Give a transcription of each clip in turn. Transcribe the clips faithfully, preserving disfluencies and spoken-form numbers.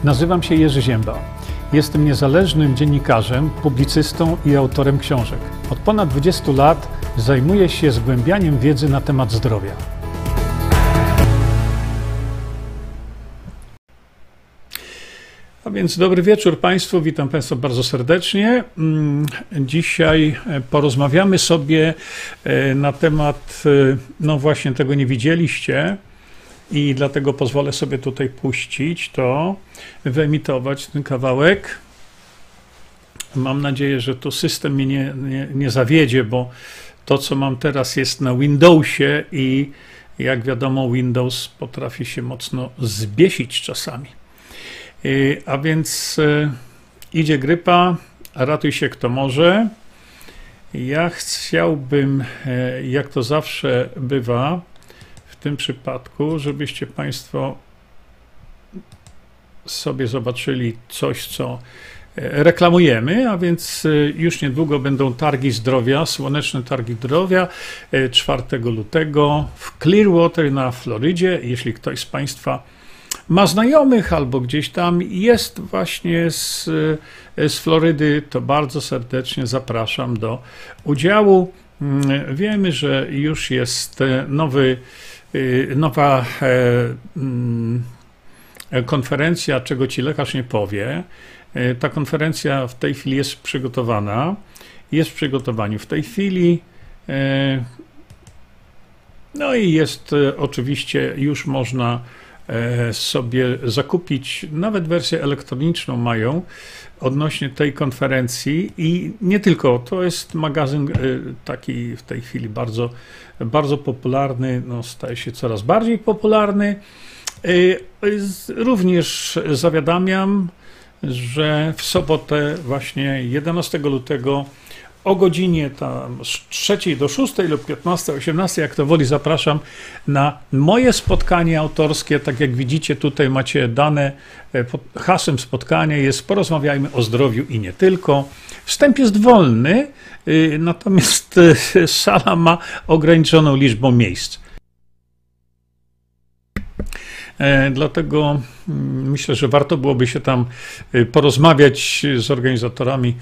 Nazywam się Jerzy Ziemba. Jestem niezależnym dziennikarzem, publicystą i autorem książek. Od ponad dwudziestu lat zajmuję się zgłębianiem wiedzy na temat zdrowia. A więc dobry wieczór Państwu, witam Państwa bardzo serdecznie. Dzisiaj porozmawiamy sobie na temat, no właśnie tego nie widzieliście i dlatego pozwolę sobie tutaj puścić to, wyemitować ten kawałek. Mam nadzieję, że tu system mnie nie, nie, nie zawiedzie, bo to, co mam teraz, jest na Windowsie i jak wiadomo, Windows potrafi się mocno zbiesić czasami. A więc idzie grypa, ratuj się kto może. Ja chciałbym, jak to zawsze bywa w tym przypadku, żebyście Państwo sobie zobaczyli coś, co reklamujemy, a więc już niedługo będą targi zdrowia, słoneczne targi zdrowia czwartego lutego w Clearwater na Florydzie. Jeśli ktoś z Państwa ma znajomych albo gdzieś tam jest właśnie z, z Florydy, to bardzo serdecznie zapraszam do udziału. Wiemy, że już jest nowy, nowa konferencja, czego ci lekarz nie powie. Ta konferencja w tej chwili jest przygotowana, jest w przygotowaniu w tej chwili. No i jest oczywiście, już można sobie zakupić, nawet wersję elektroniczną mają odnośnie tej konferencji i nie tylko, to jest magazyn taki w tej chwili bardzo, bardzo popularny, no staje się coraz bardziej popularny. Również zawiadamiam, że w sobotę właśnie jedenastego lutego o godzinie tam z trzeciej do szóstej lub piętnastej, osiemnastej, jak to woli, zapraszam na moje spotkanie autorskie. Tak jak widzicie, tutaj macie dane, pod hasłem spotkania jest porozmawiajmy o zdrowiu i nie tylko. Wstęp jest wolny, natomiast sala ma ograniczoną liczbę miejsc. Dlatego myślę, że warto byłoby się tam porozmawiać z organizatorami.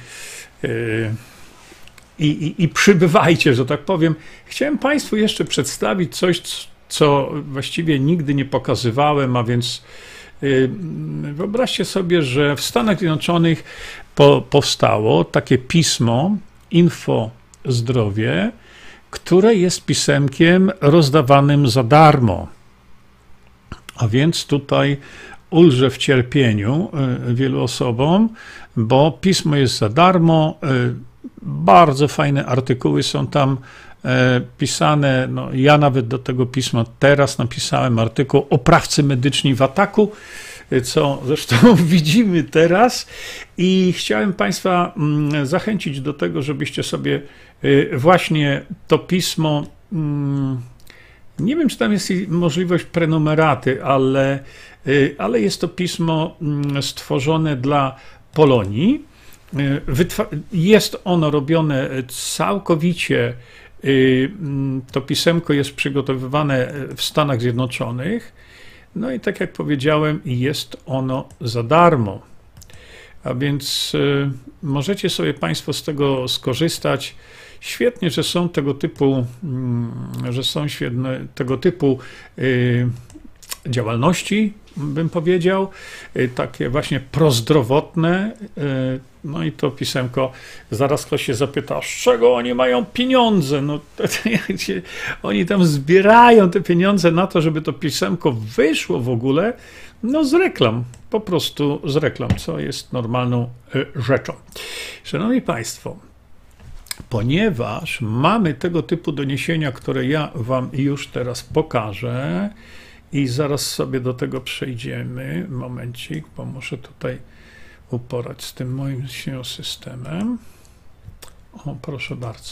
I, i, I przybywajcie, że tak powiem. Chciałem Państwu jeszcze przedstawić coś, co właściwie nigdy nie pokazywałem, a więc yy, wyobraźcie sobie, że w Stanach Zjednoczonych po, powstało takie pismo Info Zdrowie, które jest pisemkiem rozdawanym za darmo. A więc tutaj ulżę w cierpieniu yy, wielu osobom, bo pismo jest za darmo. Yy, Bardzo fajne artykuły są tam e, pisane. No, ja nawet do tego pisma teraz napisałem artykuł Oprawcy medyczni w ataku, co zresztą widzimy teraz. I chciałem Państwa mm, zachęcić do tego, żebyście sobie y, właśnie to pismo, mm, nie wiem, czy tam jest możliwość prenumeraty, ale, y, ale jest to pismo mm, stworzone dla Polonii. Jest ono robione całkowicie, to pisemko jest przygotowywane w Stanach Zjednoczonych, no i tak jak powiedziałem, jest ono za darmo. A więc możecie sobie Państwo z tego skorzystać. Świetnie, że są tego typu, że są świetne tego typu działalności, bym powiedział, takie właśnie prozdrowotne. No i to pisemko, zaraz ktoś się zapyta, z czego oni mają pieniądze? No to, to, oni tam zbierają te pieniądze na to, żeby to pisemko wyszło w ogóle, no z reklam, po prostu z reklam, co jest normalną rzeczą. Szanowni Państwo, ponieważ mamy tego typu doniesienia, które ja Wam już teraz pokażę i zaraz sobie do tego przejdziemy, momencik, bo muszę tutaj uporać z tym moim systemem. O, proszę bardzo.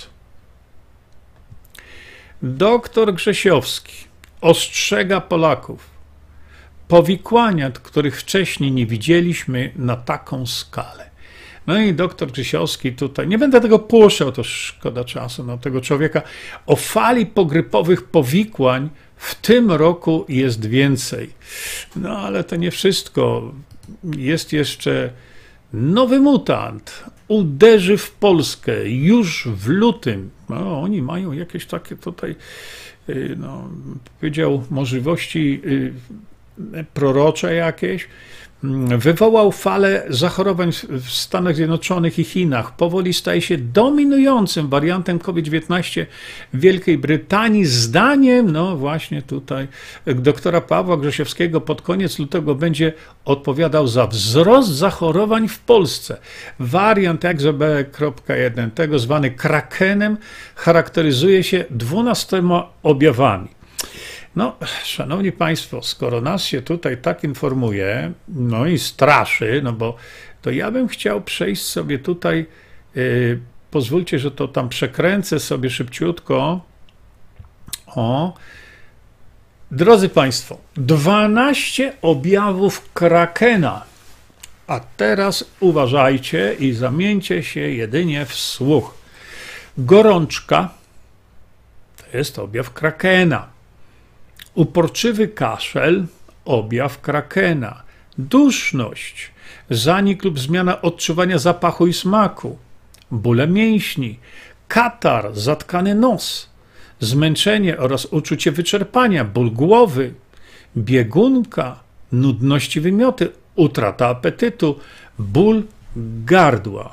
Doktor Grzesiowski ostrzega Polaków. Powikłania, których wcześniej nie widzieliśmy na taką skalę. No i doktor Grzesiowski tutaj, nie będę tego puszczał, to szkoda czasu na tego człowieka, o fali pogrypowych powikłań w tym roku jest więcej. No ale to nie wszystko. jest jeszcze nowy mutant, uderzy w Polskę już w lutym. No, oni mają jakieś takie tutaj, no, powiedział, możliwości prorocze jakieś. Wywołał falę zachorowań w Stanach Zjednoczonych i Chinach. Powoli staje się dominującym wariantem COVID dziewiętnaście w Wielkiej Brytanii. Zdaniem, no właśnie tutaj, doktora Pawła Grzesiewskiego pod koniec lutego będzie odpowiadał za wzrost zachorowań w Polsce. Wariant X B jeden, tego zwany Krakenem, charakteryzuje się dwunastoma objawami. No, szanowni państwo, skoro nas się tutaj tak informuje, no i straszy, no bo to ja bym chciał przejść sobie tutaj, yy, pozwólcie, że to tam przekręcę sobie szybciutko. O, drodzy państwo, dwanaście objawów Krakena. A teraz uważajcie i zamieńcie się jedynie w słuch. Gorączka to jest objaw Krakena. Uporczywy kaszel, objaw Krakena. Duszność, zanik lub zmiana odczuwania zapachu i smaku. Bóle mięśni, katar, zatkany nos, zmęczenie oraz uczucie wyczerpania, ból głowy, biegunka, nudności wymioty, utrata apetytu, ból gardła.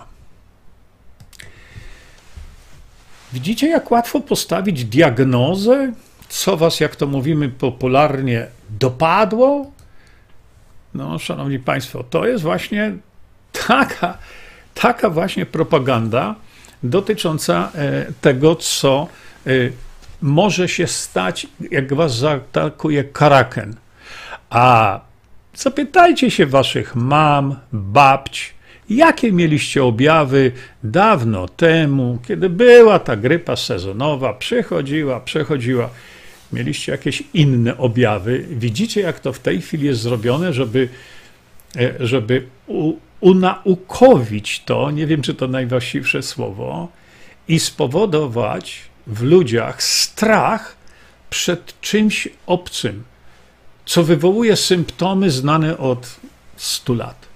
Widzicie, jak łatwo postawić diagnozę? Co was, jak to mówimy popularnie, dopadło? No, szanowni państwo, to jest właśnie taka, taka właśnie propaganda dotycząca tego, co może się stać, jak was zaatakuje Kraken. A zapytajcie się waszych mam, babć, jakie mieliście objawy dawno temu, kiedy była ta grypa sezonowa, przychodziła, przechodziła. Mieliście jakieś inne objawy. Widzicie, jak to w tej chwili jest zrobione, żeby, żeby u, unaukowić to, nie wiem, czy to najwłaściwsze słowo, i spowodować w ludziach strach przed czymś obcym, co wywołuje symptomy znane od stu lat.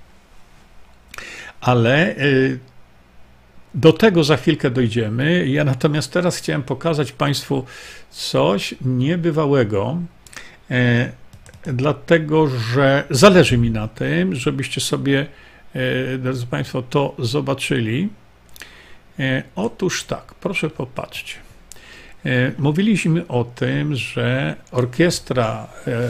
Ale do tego za chwilkę dojdziemy. Ja natomiast teraz chciałem pokazać państwu coś niebywałego, dlatego że zależy mi na tym, żebyście sobie, drodzy państwo, to zobaczyli. Otóż tak, proszę popatrzcie. Mówiliśmy o tym, że orkiestra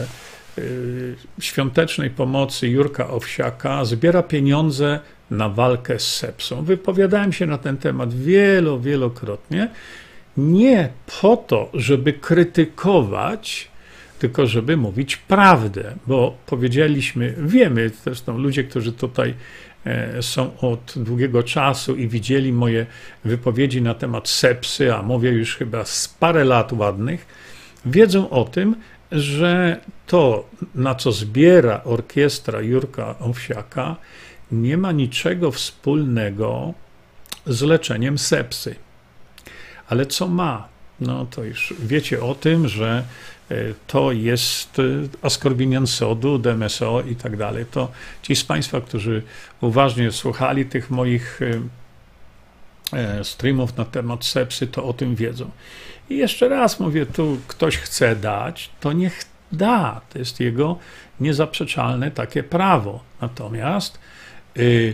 świątecznej pomocy Jurka Owsiaka zbiera pieniądze na walkę z sepsą. Wypowiadałem się na ten temat wielo, wielokrotnie. Nie po to, żeby krytykować, tylko żeby mówić prawdę, bo powiedzieliśmy, wiemy, zresztą ludzie, którzy tutaj są od długiego czasu i widzieli moje wypowiedzi na temat sepsy, a mówię już chyba z parę lat ładnych, wiedzą o tym, że to, na co zbiera orkiestra Jurka Owsiaka, nie ma niczego wspólnego z leczeniem sepsy. Ale co ma? No to już wiecie o tym, że to jest askorbinian sodu, D M S O i tak dalej. To ci z państwa, którzy uważnie słuchali tych moich streamów na temat sepsy, to o tym wiedzą. I jeszcze raz mówię, tu ktoś chce dać, to niech da. To jest jego niezaprzeczalne takie prawo. Natomiast y,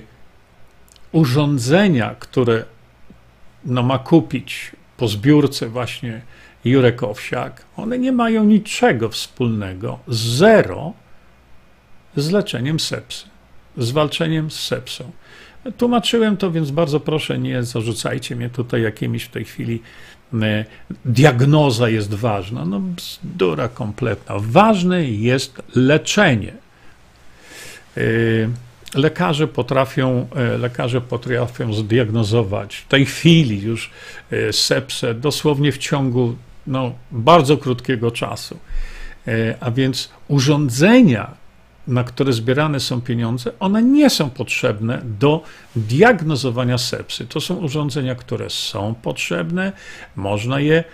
urządzenia, które no, ma kupić po zbiórce właśnie Jurek Owsiak, one nie mają niczego wspólnego, zero, z leczeniem sepsy, z walczeniem z sepsą. Tłumaczyłem to, więc bardzo proszę, nie zarzucajcie mnie tutaj jakimiś w tej chwili e, diagnoza jest ważna. No bzdura kompletna. Ważne jest leczenie. E, lekarze potrafią, e, lekarze potrafią zdiagnozować w tej chwili już e, sepsę dosłownie w ciągu no, bardzo krótkiego czasu. E, a więc urządzenia, na które zbierane są pieniądze, one nie są potrzebne do diagnozowania sepsy. To są urządzenia, które są potrzebne, można je,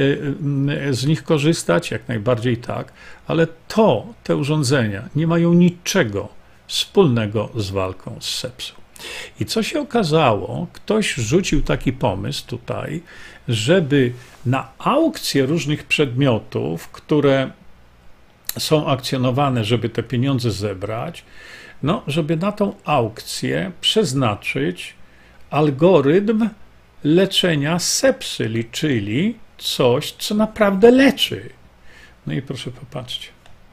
z nich korzystać, jak najbardziej tak, ale to, te urządzenia nie mają niczego wspólnego z walką z sepsą. I co się okazało? Ktoś rzucił taki pomysł tutaj, żeby na aukcje różnych przedmiotów, które są akcjonowane, żeby te pieniądze zebrać, no, żeby na tą aukcję przeznaczyć algorytm leczenia sepsy, czyli coś, co naprawdę leczy. No i proszę popatrzcie.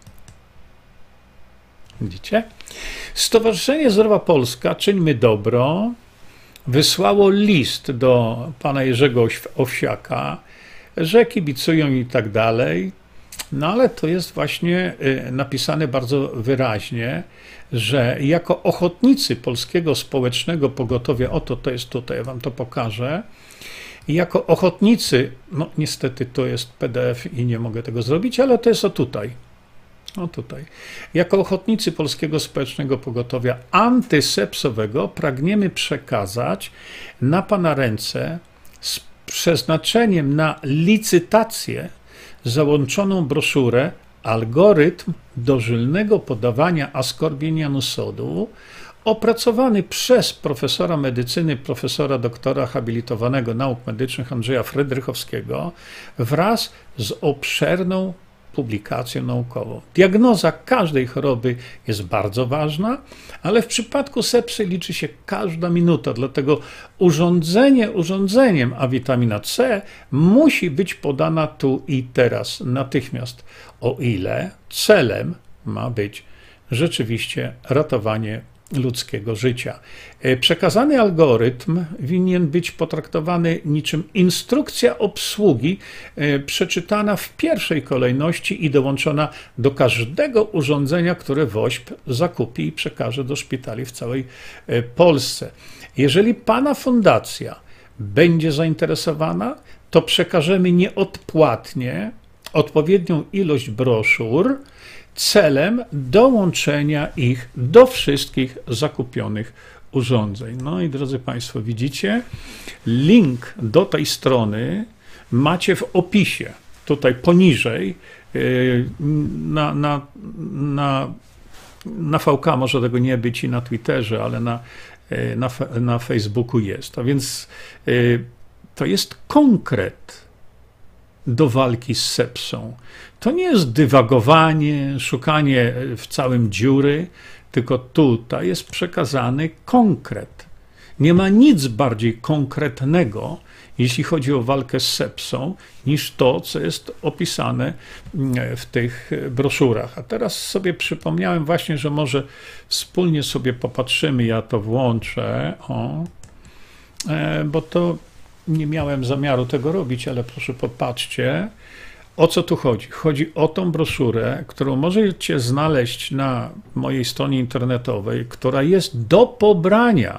Widzicie? Stowarzyszenie Zdrowa Polska, Czyńmy Dobro, wysłało list do pana Jerzego Owsiaka, że kibicują i tak dalej. No ale to jest właśnie napisane bardzo wyraźnie, że jako ochotnicy Polskiego Społecznego Pogotowia, oto to jest tutaj, ja wam to pokażę, jako ochotnicy, no niestety to jest P D F i nie mogę tego zrobić, ale to jest o tutaj, o tutaj. Jako ochotnicy Polskiego Społecznego Pogotowia Antysepsowego pragniemy przekazać na pana ręce z przeznaczeniem na licytację załączoną broszurę Algorytm dożylnego podawania askorbienianu sodu, opracowany przez profesora medycyny, profesora doktora habilitowanego nauk medycznych Andrzeja Frydrychowskiego wraz z obszerną publikacją naukową. Diagnoza każdej choroby jest bardzo ważna, ale w przypadku sepsy liczy się każda minuta, dlatego urządzenie urządzeniem, a witamina C musi być podana tu i teraz, natychmiast, o ile celem ma być rzeczywiście ratowanie ludzkiego życia. Przekazany algorytm winien być potraktowany niczym instrukcja obsługi, przeczytana w pierwszej kolejności i dołączona do każdego urządzenia, które WOŚP zakupi i przekaże do szpitali w całej Polsce. Jeżeli pana fundacja będzie zainteresowana, to przekażemy nieodpłatnie odpowiednią ilość broszur celem dołączenia ich do wszystkich zakupionych urządzeń. No i drodzy Państwo, widzicie, link do tej strony macie w opisie, tutaj poniżej, na, na, na, na V K może tego nie być i na Twitterze, ale na, na, na Facebooku jest. A więc to jest konkret do walki z sepsą. To nie jest dywagowanie, szukanie w całym dziury, tylko tutaj jest przekazany konkret. Nie ma nic bardziej konkretnego, jeśli chodzi o walkę z sepsą, niż to, co jest opisane w tych broszurach. A teraz sobie przypomniałem właśnie, że może wspólnie sobie popatrzymy, ja to włączę, o, bo to nie miałem zamiaru tego robić, ale proszę popatrzcie, o co tu chodzi. Chodzi o tą broszurę, którą możecie znaleźć na mojej stronie internetowej, która jest do pobrania.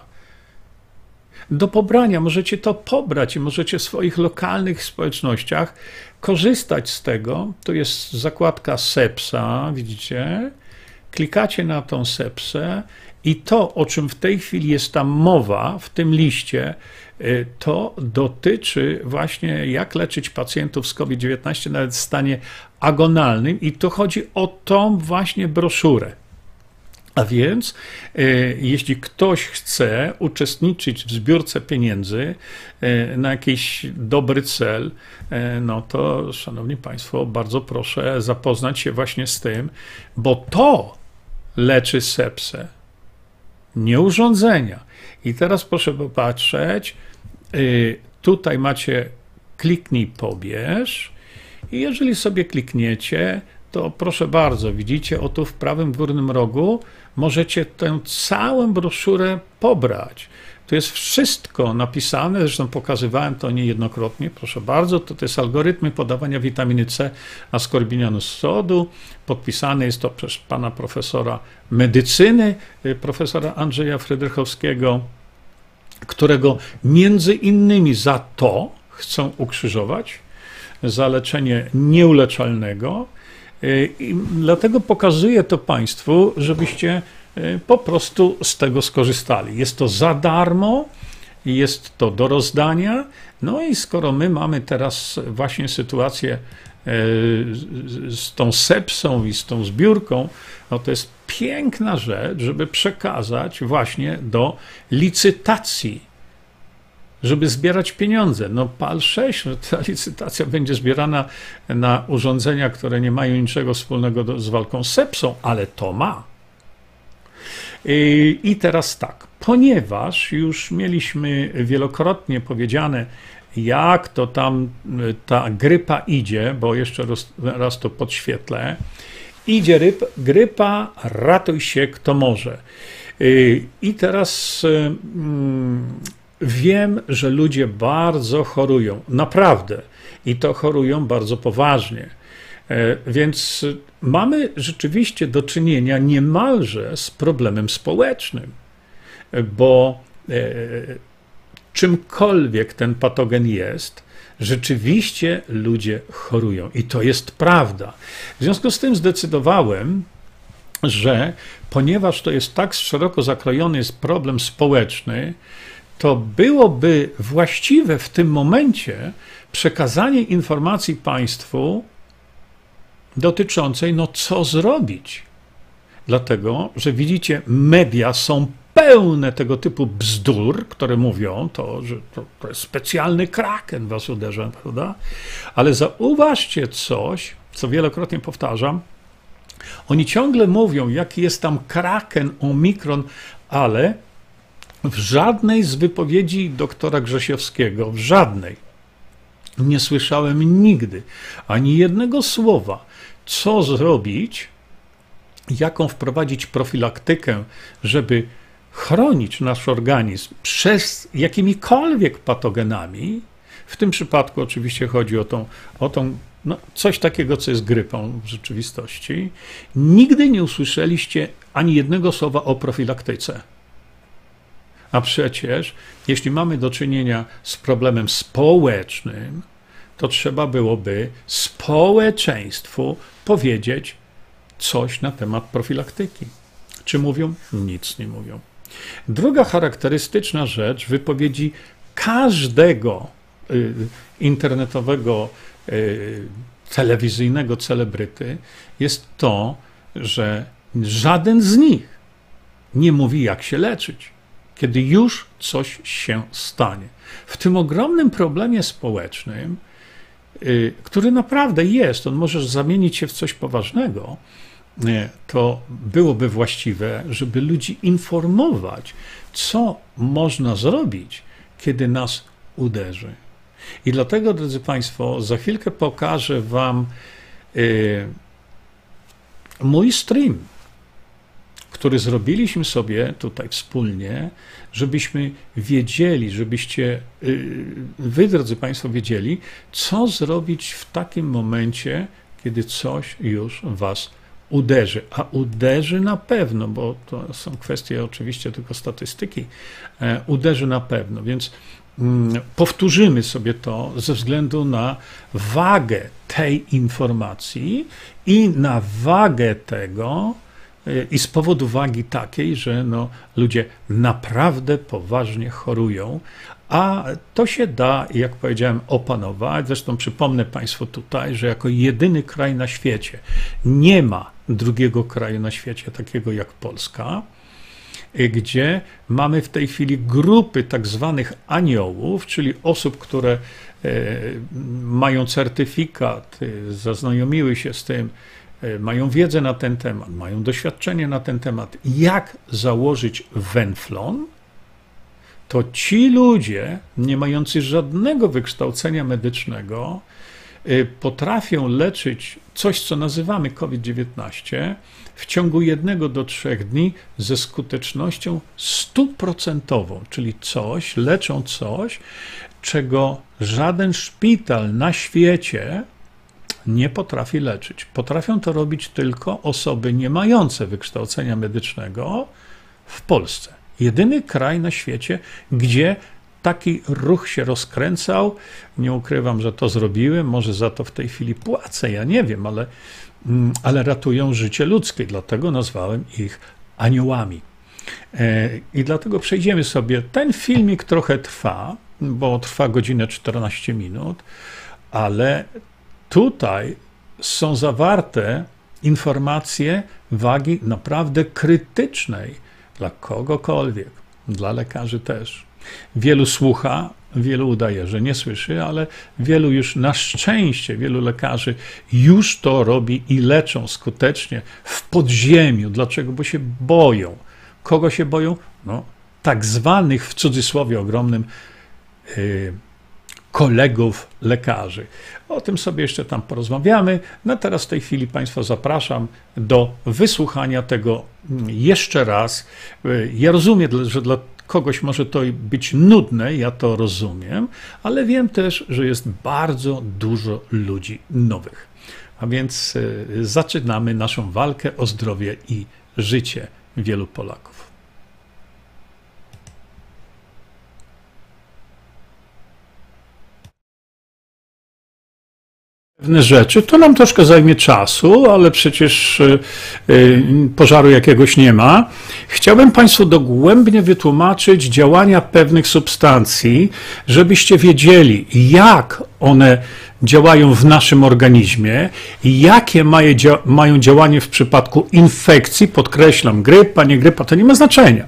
Do pobrania. Możecie to pobrać i możecie w swoich lokalnych społecznościach korzystać z tego. Tu jest zakładka sepsa, widzicie? Klikacie na tą sepsę i to, o czym w tej chwili jest tam mowa w tym liście, to dotyczy właśnie, jak leczyć pacjentów z COVID dziewiętnaście nawet w stanie agonalnym i to chodzi o tą właśnie broszurę. A więc jeśli ktoś chce uczestniczyć w zbiórce pieniędzy na jakiś dobry cel, no to, szanowni Państwo, bardzo proszę zapoznać się właśnie z tym, bo to leczy sepsę, nie urządzenia. I teraz proszę popatrzeć, tutaj macie kliknij, pobierz i jeżeli sobie klikniecie, to proszę bardzo, widzicie, oto w prawym górnym rogu możecie tę całą broszurę pobrać. Tu jest wszystko napisane, zresztą pokazywałem to niejednokrotnie, proszę bardzo, to, to jest algorytmy podawania witaminy C askorbienianu z sodu, podpisane jest to przez pana profesora medycyny, profesora Andrzeja Frydrychowskiego, którego między innymi za to chcą ukrzyżować, za leczenie nieuleczalnego. I dlatego pokazuję to Państwu, żebyście po prostu z tego skorzystali. Jest to za darmo, jest to do rozdania. No i skoro my mamy teraz właśnie sytuację z tą sepsą i z tą zbiórką, no to jest piękna rzecz, żeby przekazać właśnie do licytacji, żeby zbierać pieniądze. No P A L sześć, no ta licytacja będzie zbierana na urządzenia, które nie mają niczego wspólnego do, z walką z sepsą, ale to ma. I, I teraz tak, ponieważ już mieliśmy wielokrotnie powiedziane, jak to tam ta grypa idzie, bo jeszcze raz, raz to podświetlę, idzie ryb, grypa, ratuj się kto może. I teraz mm, wiem, że ludzie bardzo chorują, naprawdę, i to chorują bardzo poważnie. Więc mamy rzeczywiście do czynienia niemalże z problemem społecznym, bo czymkolwiek ten patogen jest, rzeczywiście ludzie chorują i to jest prawda. W związku z tym zdecydowałem, że ponieważ to jest tak szeroko zakrojony jest problem społeczny, to byłoby właściwe w tym momencie przekazanie informacji państwu dotyczącej, no co zrobić. Dlatego, że widzicie, media są pełne tego typu bzdur, które mówią, to, że to, to jest specjalny kraken was uderza, prawda? Ale zauważcie coś, co wielokrotnie powtarzam, oni ciągle mówią, jaki jest tam kraken, omikron, ale w żadnej z wypowiedzi doktora Grzesiowskiego, w żadnej, nie słyszałem nigdy ani jednego słowa, co zrobić, jaką wprowadzić profilaktykę, żeby chronić nasz organizm przed jakimikolwiek patogenami. W tym przypadku oczywiście chodzi o tą, o tą no, coś takiego, co jest grypą w rzeczywistości. Nigdy nie usłyszeliście ani jednego słowa o profilaktyce. A przecież, jeśli mamy do czynienia z problemem społecznym, to trzeba byłoby społeczeństwu powiedzieć coś na temat profilaktyki. Czy mówią? Nic nie mówią. Druga charakterystyczna rzecz wypowiedzi każdego y, internetowego, y, telewizyjnego celebryty jest to, że żaden z nich nie mówi, jak się leczyć, kiedy już coś się stanie. W tym ogromnym problemie społecznym, y, który naprawdę jest, on może zamienić się w coś poważnego, to byłoby właściwe, żeby ludzi informować, co można zrobić, kiedy nas uderzy. I dlatego, drodzy Państwo, za chwilkę pokażę Wam y, mój stream, który zrobiliśmy sobie tutaj wspólnie, żebyśmy wiedzieli, żebyście y, Wy, drodzy Państwo, wiedzieli, co zrobić w takim momencie, kiedy coś już Was uderzy, a uderzy na pewno, bo to są kwestie oczywiście tylko statystyki, e, uderzy na pewno, więc mm, powtórzymy sobie to ze względu na wagę tej informacji i na wagę tego e, i z powodu wagi takiej, że no, ludzie naprawdę poważnie chorują, a to się da, jak powiedziałem, opanować. Zresztą przypomnę Państwu tutaj, że jako jedyny kraj na świecie nie ma drugiego kraju na świecie, takiego jak Polska, gdzie mamy w tej chwili grupy tak zwanych aniołów, czyli osób, które mają certyfikat, zaznajomiły się z tym, mają wiedzę na ten temat, mają doświadczenie na ten temat, jak założyć wenflon, to ci ludzie, nie mający żadnego wykształcenia medycznego, potrafią leczyć coś, co nazywamy COVID dziewiętnaście, w ciągu jednego do trzech dni ze skutecznością stuprocentową, czyli coś, leczą coś, czego żaden szpital na świecie nie potrafi leczyć. Potrafią to robić tylko osoby nie mające wykształcenia medycznego w Polsce. Jedyny kraj na świecie, gdzie taki ruch się rozkręcał. Nie ukrywam, że to zrobiłem, może za to w tej chwili płacę, ja nie wiem, ale, ale ratują życie ludzkie, dlatego nazwałem ich aniołami. I dlatego przejdziemy sobie. Ten filmik trochę trwa, bo trwa godzinę czternaście minut, ale tutaj są zawarte informacje wagi naprawdę krytycznej dla kogokolwiek, dla lekarzy też. Wielu słucha, wielu udaje, że nie słyszy, ale wielu już na szczęście, wielu lekarzy już to robi i leczą skutecznie w podziemiu. Dlaczego? Bo się boją. Kogo się boją? No, tak zwanych, w cudzysłowie ogromnym, yy, kolegów lekarzy. O tym sobie jeszcze tam porozmawiamy. No teraz w tej chwili Państwa zapraszam do wysłuchania tego jeszcze raz. Ja rozumiem, że dla kogoś może to być nudne, ja to rozumiem, ale wiem też, że jest bardzo dużo ludzi nowych. A więc zaczynamy naszą walkę o zdrowie i życie wielu Polaków. Pewne rzeczy, to nam troszkę zajmie czasu, ale przecież pożaru jakiegoś nie ma. Chciałbym Państwu dogłębnie wytłumaczyć działania pewnych substancji, żebyście wiedzieli, jak one działają w naszym organizmie i jakie mają działanie w przypadku infekcji, podkreślam, grypa, nie grypa, to nie ma znaczenia.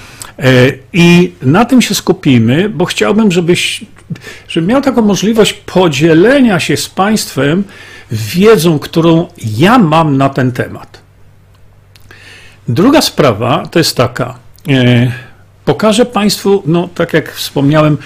I na tym się skupimy, bo chciałbym, żebyś, żebym miał taką możliwość podzielenia się z Państwem wiedzą, którą ja mam na ten temat. Druga sprawa to jest taka. Pokażę Państwu, no tak jak wspomniałem,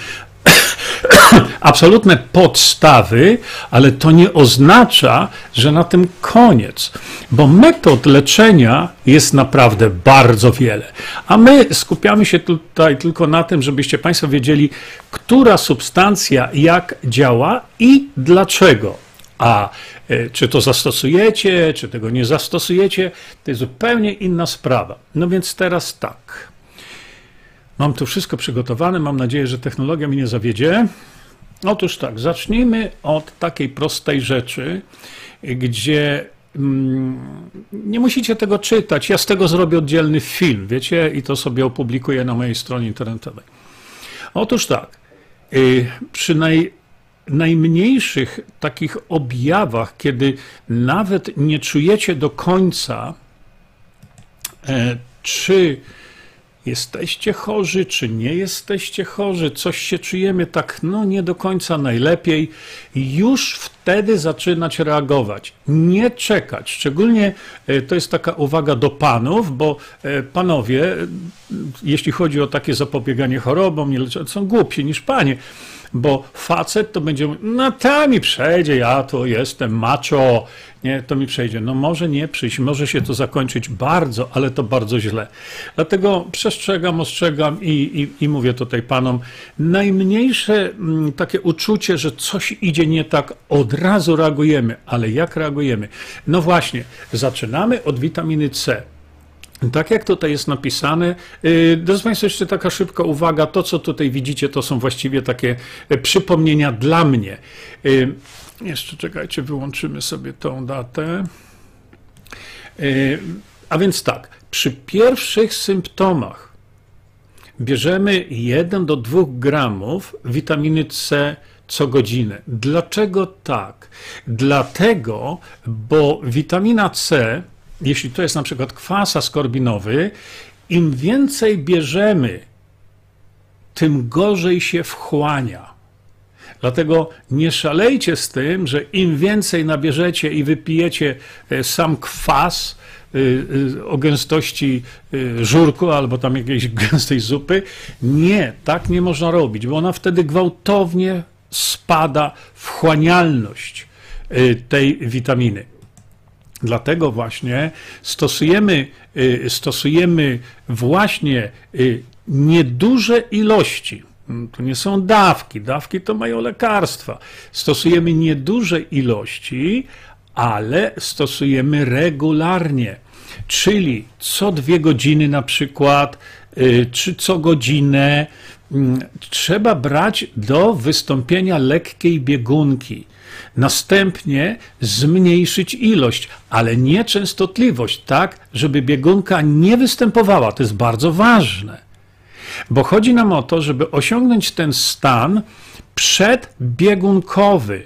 absolutne podstawy, ale to nie oznacza, że na tym koniec, bo metod leczenia jest naprawdę bardzo wiele, a my skupiamy się tutaj tylko na tym, żebyście Państwo wiedzieli, która substancja jak działa i dlaczego. A czy to zastosujecie, czy tego nie zastosujecie, to jest zupełnie inna sprawa. No więc teraz tak. Mam tu wszystko przygotowane, mam nadzieję, że technologia mi nie zawiedzie. Otóż tak, zacznijmy od takiej prostej rzeczy, gdzie mm, nie musicie tego czytać, ja z tego zrobię oddzielny film, wiecie, i to sobie opublikuję na mojej stronie internetowej. Otóż tak, y, przy naj, najmniejszych takich objawach, kiedy nawet nie czujecie do końca, e, czy jesteście chorzy, czy nie jesteście chorzy, coś się czujemy tak, no nie do końca najlepiej, już wtedy zaczynać reagować, nie czekać. Szczególnie to jest taka uwaga do panów, bo panowie, jeśli chodzi o takie zapobieganie chorobom, nie są głupsi niż panie, bo facet to będzie mówił, no to mi przejdzie, ja to jestem macho, nie, to mi przejdzie. No może nie przyjść, może się to zakończyć bardzo, ale to bardzo źle. Dlatego przestrzegam, ostrzegam i, i, i mówię tutaj panom, najmniejsze m, takie uczucie, że coś idzie nie tak, od razu reagujemy, ale jak reagujemy? No właśnie, zaczynamy od witaminy C. Tak jak tutaj jest napisane, drodzy Państwo, jeszcze taka szybka uwaga, to co tutaj widzicie, to są właściwie takie przypomnienia dla mnie. Jeszcze czekajcie, wyłączymy sobie tą datę. A więc tak, przy pierwszych symptomach bierzemy jeden do dwóch gramów witaminy C co godzinę. Dlaczego tak? Dlatego, bo witamina C, jeśli to jest na przykład kwas askorbinowy, im więcej bierzemy, tym gorzej się wchłania. Dlatego nie szalejcie z tym, że im więcej nabierzecie i wypijecie sam kwas o gęstości żurku albo tam jakiejś gęstej zupy. Nie, tak nie można robić, bo ona wtedy gwałtownie spada wchłanialność tej witaminy. Dlatego właśnie stosujemy, stosujemy właśnie nieduże ilości. To nie są dawki, dawki to mają lekarstwa. Stosujemy nieduże ilości, ale stosujemy regularnie. Czyli co dwie godziny na przykład, czy co godzinę trzeba brać do wystąpienia lekkiej biegunki. Następnie zmniejszyć ilość, ale nie częstotliwość, tak, żeby biegunka nie występowała. To jest bardzo ważne, bo chodzi nam o to, żeby osiągnąć ten stan przedbiegunkowy.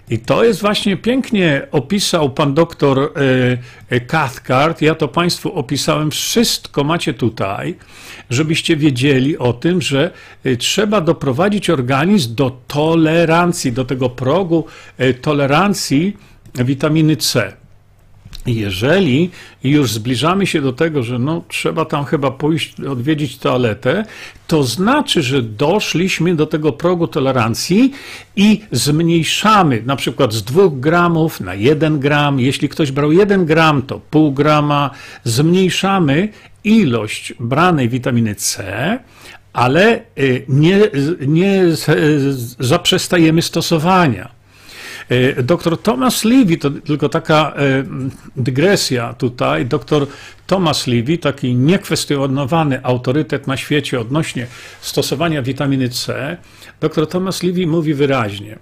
I to jest właśnie pięknie opisał pan doktor Cathcart. Ja to Państwu opisałem, wszystko macie tutaj, żebyście wiedzieli o tym, że trzeba doprowadzić organizm do tolerancji, do tego progu tolerancji witaminy C. Jeżeli już zbliżamy się do tego, że no, trzeba tam chyba pójść, odwiedzić toaletę, to znaczy, że doszliśmy do tego progu tolerancji i zmniejszamy na przykład z dwóch gramów na jeden gram. Jeśli ktoś brał jeden gram, to pół grama. Zmniejszamy ilość branej witaminy C, ale nie, nie zaprzestajemy stosowania. Doktor Thomas Levy, to tylko taka dygresja tutaj, doktor Thomas Levy, taki niekwestionowany autorytet na świecie odnośnie stosowania witaminy C, doktor Thomas Levy mówi wyraźnie,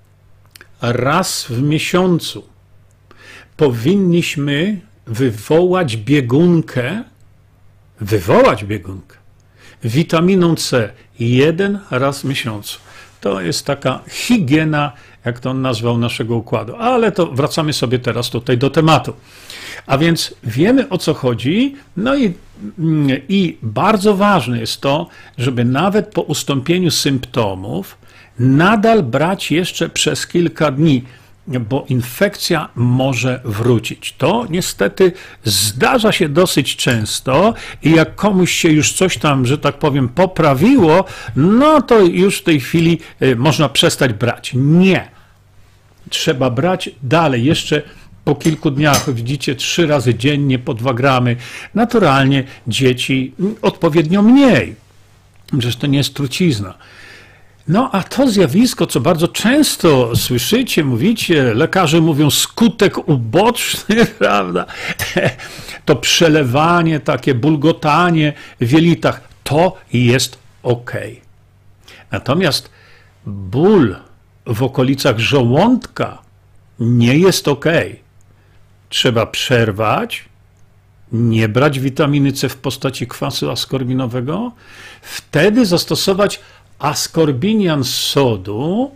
raz w miesiącu powinniśmy wywołać biegunkę, wywołać biegunkę witaminą C jeden raz w miesiącu. To jest taka higiena, jak to on nazwał, naszego układu. Ale to wracamy sobie teraz tutaj do tematu. A więc wiemy, o co chodzi. No i, i bardzo ważne jest to, żeby nawet po ustąpieniu symptomów nadal brać jeszcze przez kilka dni, bo infekcja może wrócić. To niestety zdarza się dosyć często i jak komuś się już coś tam, że tak powiem, poprawiło, no to już w tej chwili można przestać brać. Nie. Trzeba brać dalej, jeszcze po kilku dniach, widzicie, trzy razy dziennie po dwa gramy. Naturalnie dzieci odpowiednio mniej. Przecież to nie jest trucizna. No a to zjawisko, co bardzo często słyszycie, mówicie, lekarze mówią skutek uboczny, prawda? To przelewanie, takie bulgotanie w jelitach, to jest ok. Natomiast ból w okolicach żołądka nie jest ok. Trzeba przerwać, nie brać witaminy C w postaci kwasu askorbinowego, wtedy zastosować askorbinian sodu,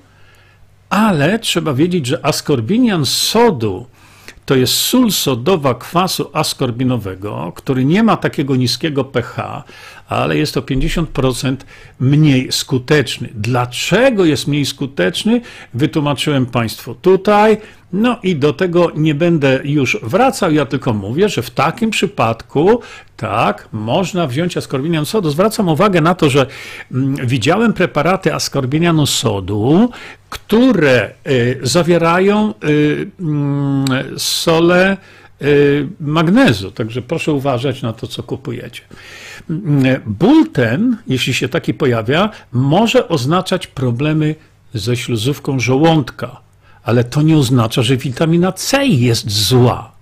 ale trzeba wiedzieć, że askorbinian sodu to jest sól sodowa kwasu askorbinowego, który nie ma takiego niskiego pH, ale jest o pięćdziesiąt procent mniej skuteczny. Dlaczego jest mniej skuteczny? Wytłumaczyłem Państwu tutaj. No i do tego nie będę już wracał, ja tylko mówię, że w takim przypadku tak, można wziąć askorbinian sodu. Zwracam uwagę na to, że mm, widziałem preparaty askorbinianu sodu, które y, zawierają y, y, sole y, magnezu, także proszę uważać na to, co kupujecie. Ból ten, jeśli się taki pojawia, może oznaczać problemy ze śluzówką żołądka, ale to nie oznacza, że witamina C jest zła.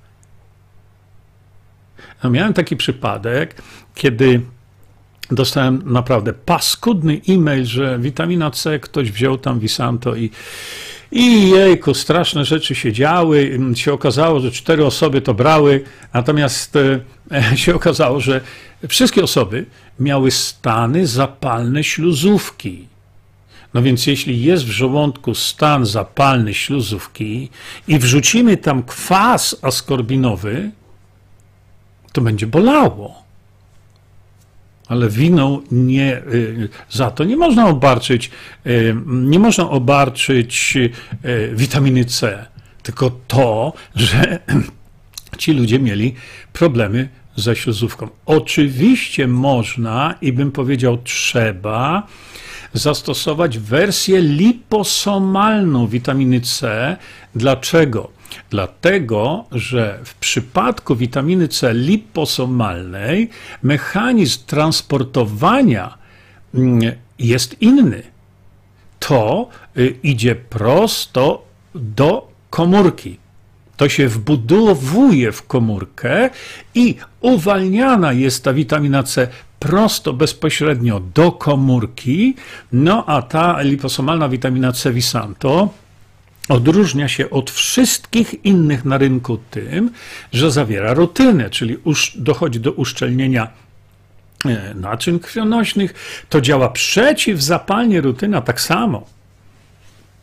No, miałem taki przypadek, kiedy dostałem naprawdę paskudny e-mail, że witamina C, ktoś wziął tam Visanto i, i jejku, straszne rzeczy się działy. Się okazało, że cztery osoby to brały, natomiast e, się okazało, że wszystkie osoby miały stany zapalne śluzówki. No więc jeśli jest w żołądku stan zapalny śluzówki i wrzucimy tam kwas askorbinowy, to będzie bolało. Ale winą nie, za to nie można obarczyć, nie można obarczyć witaminy C, tylko to, że ci ludzie mieli problemy ze śluzówką. Oczywiście można i bym powiedział trzeba zastosować wersję liposomalną witaminy C. Dlaczego? Dlatego, że w przypadku witaminy C liposomalnej mechanizm transportowania jest inny. To idzie prosto do komórki. To się wbudowuje w komórkę i uwalniana jest ta witamina C prosto, bezpośrednio do komórki. No a ta liposomalna witamina C Visanto odróżnia się od wszystkich innych na rynku tym, że zawiera rutynę, czyli dochodzi do uszczelnienia naczyń krwionośnych. To działa przeciwzapalnie, rutyna tak samo.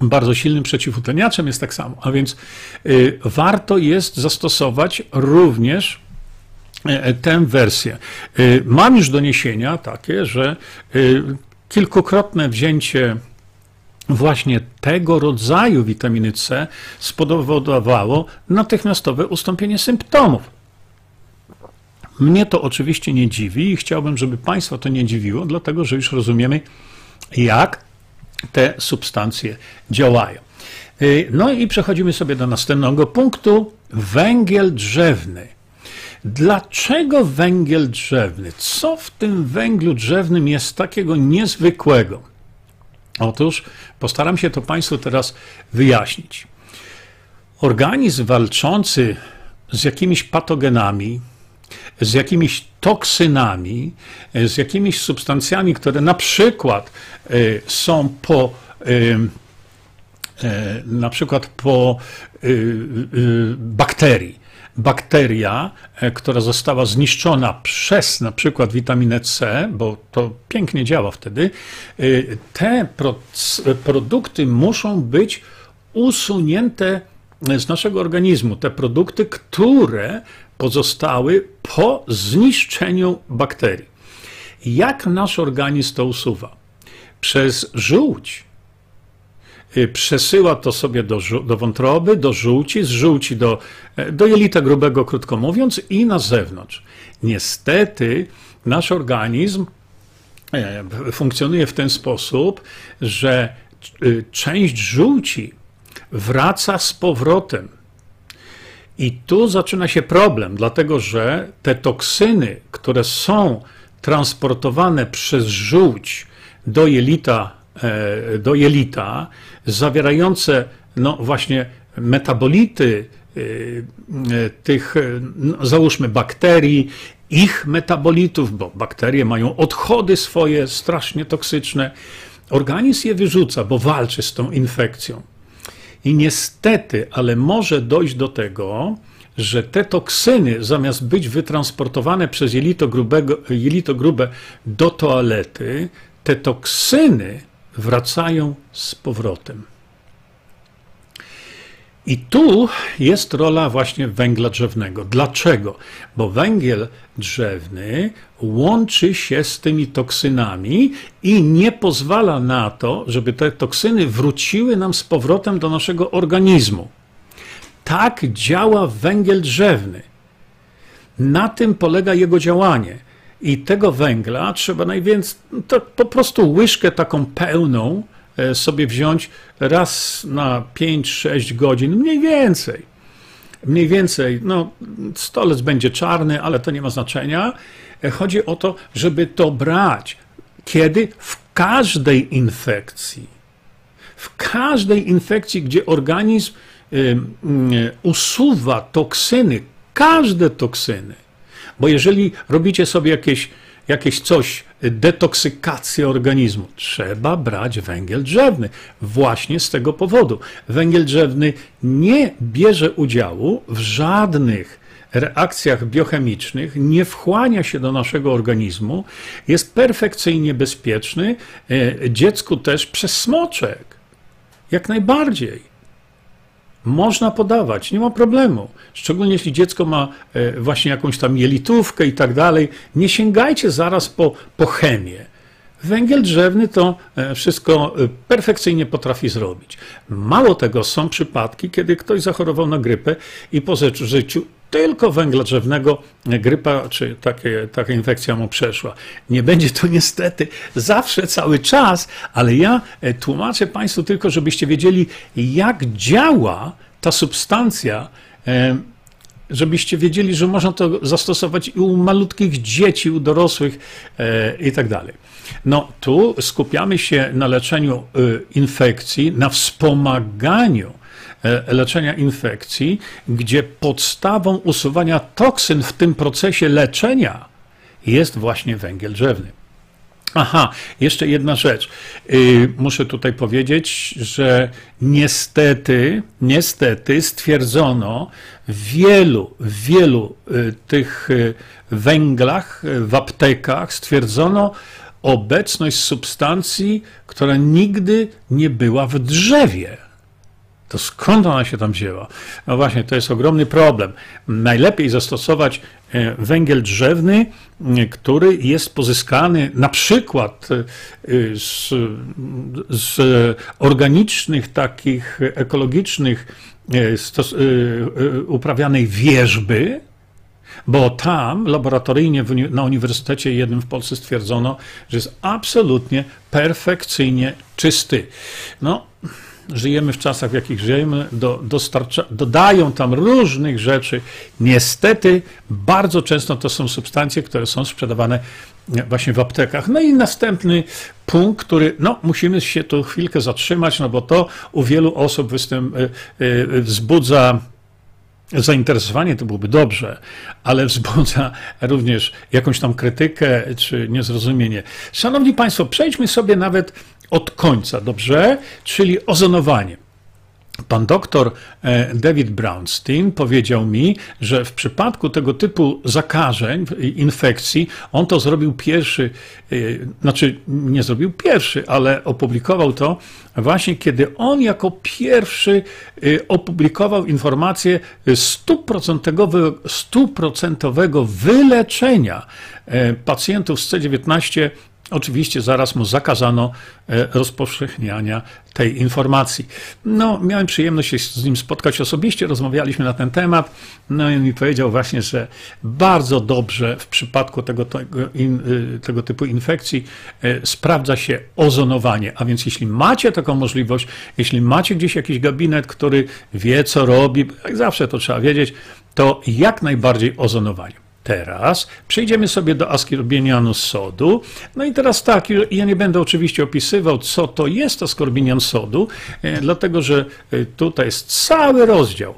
bardzo silnym przeciwutleniaczem, jest tak samo. A więc y, warto jest zastosować również y, tę wersję. Y, mam już doniesienia takie, że y, kilkukrotne wzięcie właśnie tego rodzaju witaminy C spowodowało natychmiastowe ustąpienie symptomów. Mnie to oczywiście nie dziwi i chciałbym, żeby Państwa to nie dziwiło, dlatego że już rozumiemy, jak te substancje działają. No i przechodzimy sobie do następnego punktu. Węgiel drzewny. Dlaczego węgiel drzewny? Co w tym węglu drzewnym jest takiego niezwykłego? Otóż postaram się to Państwu teraz wyjaśnić. Organizm walczący z jakimiś patogenami, z jakimiś toksynami, z jakimiś substancjami, które na przykład y, są po y, y, na przykład po y, y, bakterii. Bakteria, która została zniszczona przez na przykład witaminę C, bo to pięknie działa wtedy, te produkty muszą być usunięte z naszego organizmu. Te produkty, które pozostały po zniszczeniu bakterii. Jak nasz organizm to usuwa? Przez żółć. Przesyła to sobie do, do wątroby, do żółci, z żółci do, do jelita grubego, krótko mówiąc, i na zewnątrz. Niestety nasz organizm funkcjonuje w ten sposób, że część żółci wraca z powrotem. I tu zaczyna się problem, dlatego że te toksyny, które są transportowane przez żółć do jelita, do jelita, zawierające no właśnie metabolity tych, no załóżmy, bakterii, ich metabolitów, bo bakterie mają odchody swoje strasznie toksyczne. Organizm je wyrzuca, bo walczy z tą infekcją. I niestety, ale może dojść do tego, że te toksyny, zamiast być wytransportowane przez jelito, grubego, jelito grube do toalety, te toksyny wracają z powrotem. I tu jest rola właśnie węgla drzewnego. Dlaczego? Bo węgiel drzewny łączy się z tymi toksynami i nie pozwala na to, żeby te toksyny wróciły nam z powrotem do naszego organizmu. Tak działa węgiel drzewny. Na tym polega jego działanie. I tego węgla trzeba najwięcej, to po prostu łyżkę taką pełną sobie wziąć raz na pięć sześć godzin, mniej więcej. Mniej więcej, no stolec będzie czarny, ale to nie ma znaczenia. Chodzi o to, żeby to brać. Kiedy? W każdej infekcji. W każdej infekcji, gdzie organizm y, y, usuwa toksyny, każde toksyny. Bo jeżeli robicie sobie jakieś, jakieś coś, detoksykację organizmu, trzeba brać węgiel drzewny. Właśnie z tego powodu. Węgiel drzewny nie bierze udziału w żadnych reakcjach biochemicznych, nie wchłania się do naszego organizmu, jest perfekcyjnie bezpieczny, dziecku też przez smoczek. Jak najbardziej. Można podawać, nie ma problemu. Szczególnie jeśli dziecko ma właśnie jakąś tam jelitówkę i tak dalej. Nie sięgajcie zaraz po, po chemię. Węgiel drzewny to wszystko perfekcyjnie potrafi zrobić. Mało tego, są przypadki, kiedy ktoś zachorował na grypę i po życiu tylko węgla drzewnego grypa czy takie, taka infekcja mu przeszła. Nie będzie to niestety zawsze, cały czas, ale ja tłumaczę Państwu tylko, żebyście wiedzieli, jak działa ta substancja, żebyście wiedzieli, że można to zastosować i u malutkich dzieci, u dorosłych i tak dalej. No tu skupiamy się na leczeniu infekcji, na wspomaganiu leczenia infekcji, gdzie podstawą usuwania toksyn w tym procesie leczenia jest właśnie węgiel drzewny. Aha, jeszcze jedna rzecz. Muszę tutaj powiedzieć, że niestety, niestety stwierdzono w wielu, w wielu tych węglach w aptekach, stwierdzono obecność substancji, która nigdy nie była w drzewie. To skąd ona się tam wzięła? No właśnie, to jest ogromny problem. Najlepiej zastosować węgiel drzewny, który jest pozyskany na przykład z, z organicznych, takich ekologicznych, stos, uprawianej wierzby, bo tam laboratoryjnie na uniwersytecie jednym w Polsce stwierdzono, że jest absolutnie perfekcyjnie czysty. No, żyjemy w czasach, w jakich żyjemy, do, dostarcza, dodają tam różnych rzeczy. Niestety bardzo często to są substancje, które są sprzedawane właśnie w aptekach. No i następny punkt, który, no musimy się tu chwilkę zatrzymać, no bo to u wielu osób występ, wzbudza zainteresowanie, to byłoby dobrze, ale wzbudza również jakąś tam krytykę czy niezrozumienie. Szanowni Państwo, przejdźmy sobie nawet od końca, dobrze? Czyli ozonowanie. Pan doktor David Brownstein powiedział mi, że w przypadku tego typu zakażeń, infekcji, on to zrobił pierwszy, znaczy nie zrobił pierwszy, ale opublikował to właśnie, kiedy on jako pierwszy opublikował informację stuprocentowego, stuprocentowego wyleczenia pacjentów z C dziewiętnaście. Oczywiście zaraz mu zakazano rozpowszechniania tej informacji. No, miałem przyjemność się z nim spotkać osobiście, rozmawialiśmy na ten temat, no i mi powiedział właśnie, że bardzo dobrze w przypadku tego, tego, in, tego typu infekcji sprawdza się ozonowanie, a więc jeśli macie taką możliwość, jeśli macie gdzieś jakiś gabinet, który wie, co robi, jak zawsze to trzeba wiedzieć, to jak najbardziej ozonowanie. Teraz przejdziemy sobie do askorbinianu sodu. No i teraz tak, ja nie będę oczywiście opisywał, co to jest askorbinian sodu, dlatego że tutaj jest cały rozdział.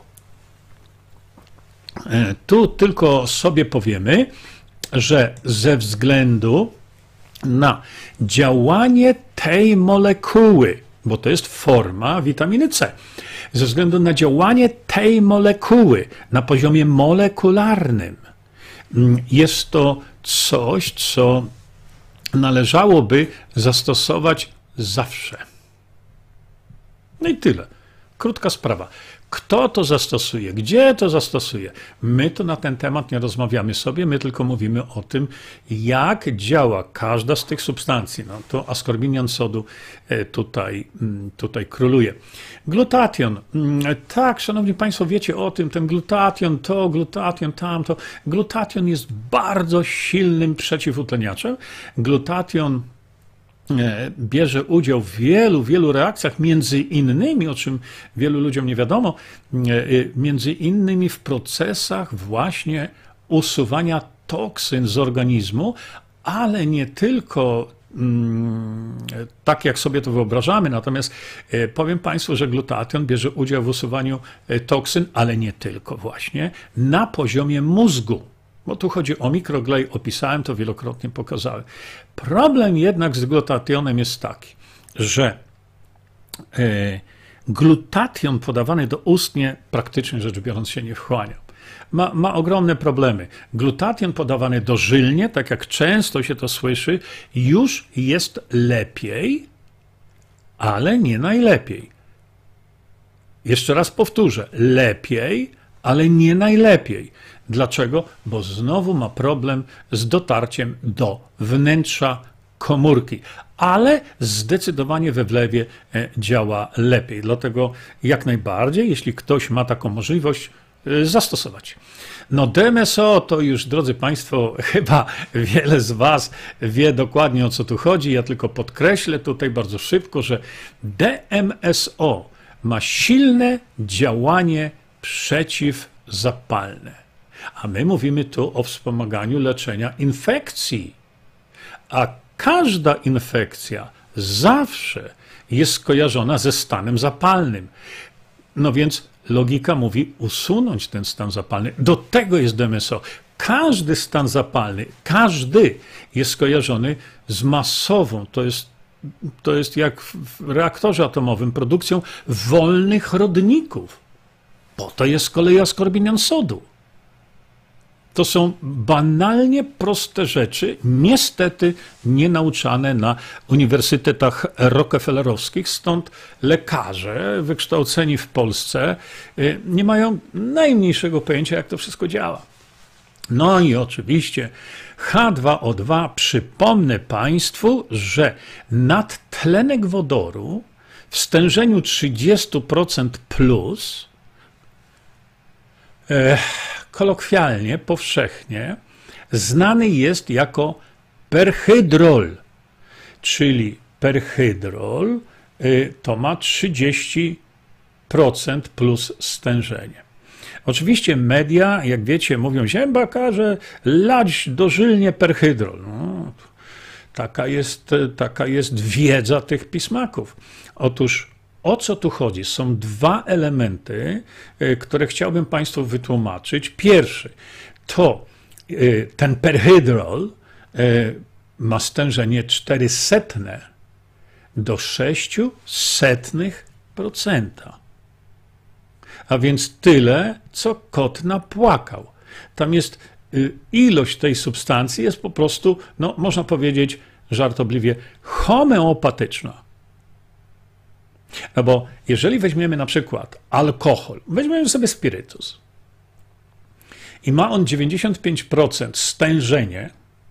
Tu tylko sobie powiemy, że ze względu na działanie tej molekuły, bo to jest forma witaminy C, ze względu na działanie tej molekuły na poziomie molekularnym, jest to coś, co należałoby zastosować zawsze. No i tyle. Krótka sprawa. Kto to zastosuje? Gdzie to zastosuje? My to na ten temat nie rozmawiamy sobie, my tylko mówimy o tym, jak działa każda z tych substancji. No to askorbinian sodu tutaj, tutaj króluje. Glutation. Tak, szanowni Państwo, wiecie o tym, ten glutation to, glutation tamto. Glutation jest bardzo silnym przeciwutleniaczem. Glutation bierze udział w wielu, wielu reakcjach, między innymi, o czym wielu ludziom nie wiadomo, między innymi w procesach właśnie usuwania toksyn z organizmu, ale nie tylko tak, jak sobie to wyobrażamy, natomiast powiem Państwu, że glutation bierze udział w usuwaniu toksyn, ale nie tylko właśnie, na poziomie mózgu. Bo tu chodzi o mikroglej, opisałem to wielokrotnie, pokazałem. Problem jednak z glutationem jest taki, że e, glutation podawany doustnie praktycznie rzecz biorąc się nie wchłania. Ma, ma ogromne problemy. Glutation podawany dożylnie, tak jak często się to słyszy, już jest lepiej, ale nie najlepiej. Jeszcze raz powtórzę, lepiej, ale nie najlepiej. Dlaczego? Bo znowu ma problem z dotarciem do wnętrza komórki, ale zdecydowanie we wlewie działa lepiej. Dlatego jak najbardziej, jeśli ktoś ma taką możliwość, zastosować. No D M S O to już, drodzy Państwo, chyba wiele z Was wie dokładnie, o co tu chodzi. Ja tylko podkreślę tutaj bardzo szybko, że D M S O ma silne działanie przeciwzapalne. A my mówimy tu o wspomaganiu leczenia infekcji. A każda infekcja zawsze jest skojarzona ze stanem zapalnym. No więc logika mówi usunąć ten stan zapalny. Do tego jest D M S O. Każdy stan zapalny, każdy jest skojarzony z masową, to jest, to jest jak w reaktorze atomowym, produkcją wolnych rodników. Po to jest z kolei askorbinian sodu. To są banalnie proste rzeczy, niestety nienauczane na uniwersytetach rockefellerowskich, stąd lekarze wykształceni w Polsce nie mają najmniejszego pojęcia, jak to wszystko działa. No i oczywiście H dwa O dwa, przypomnę Państwu, że nadtlenek wodoru w stężeniu trzydzieści procent plus, e, kolokwialnie, powszechnie, znany jest jako perhydrol, czyli perhydrol y, to ma trzydzieści procent plus stężenie. Oczywiście media, jak wiecie, mówią, Zięba każe lać dożylnie perhydrol. No, taka jest, taka jest wiedza tych pismaków. Otóż o co tu chodzi? Są dwa elementy, które chciałbym Państwu wytłumaczyć. Pierwszy to ten perhydrol ma stężenie czterysta do sześćset procent. A więc tyle, co kot napłakał. Tam jest ilość tej substancji jest po prostu, no można powiedzieć żartobliwie, homeopatyczna. No bo jeżeli weźmiemy na przykład alkohol, weźmiemy sobie spirytus i ma on dziewięćdziesiąt pięć procent stężenie,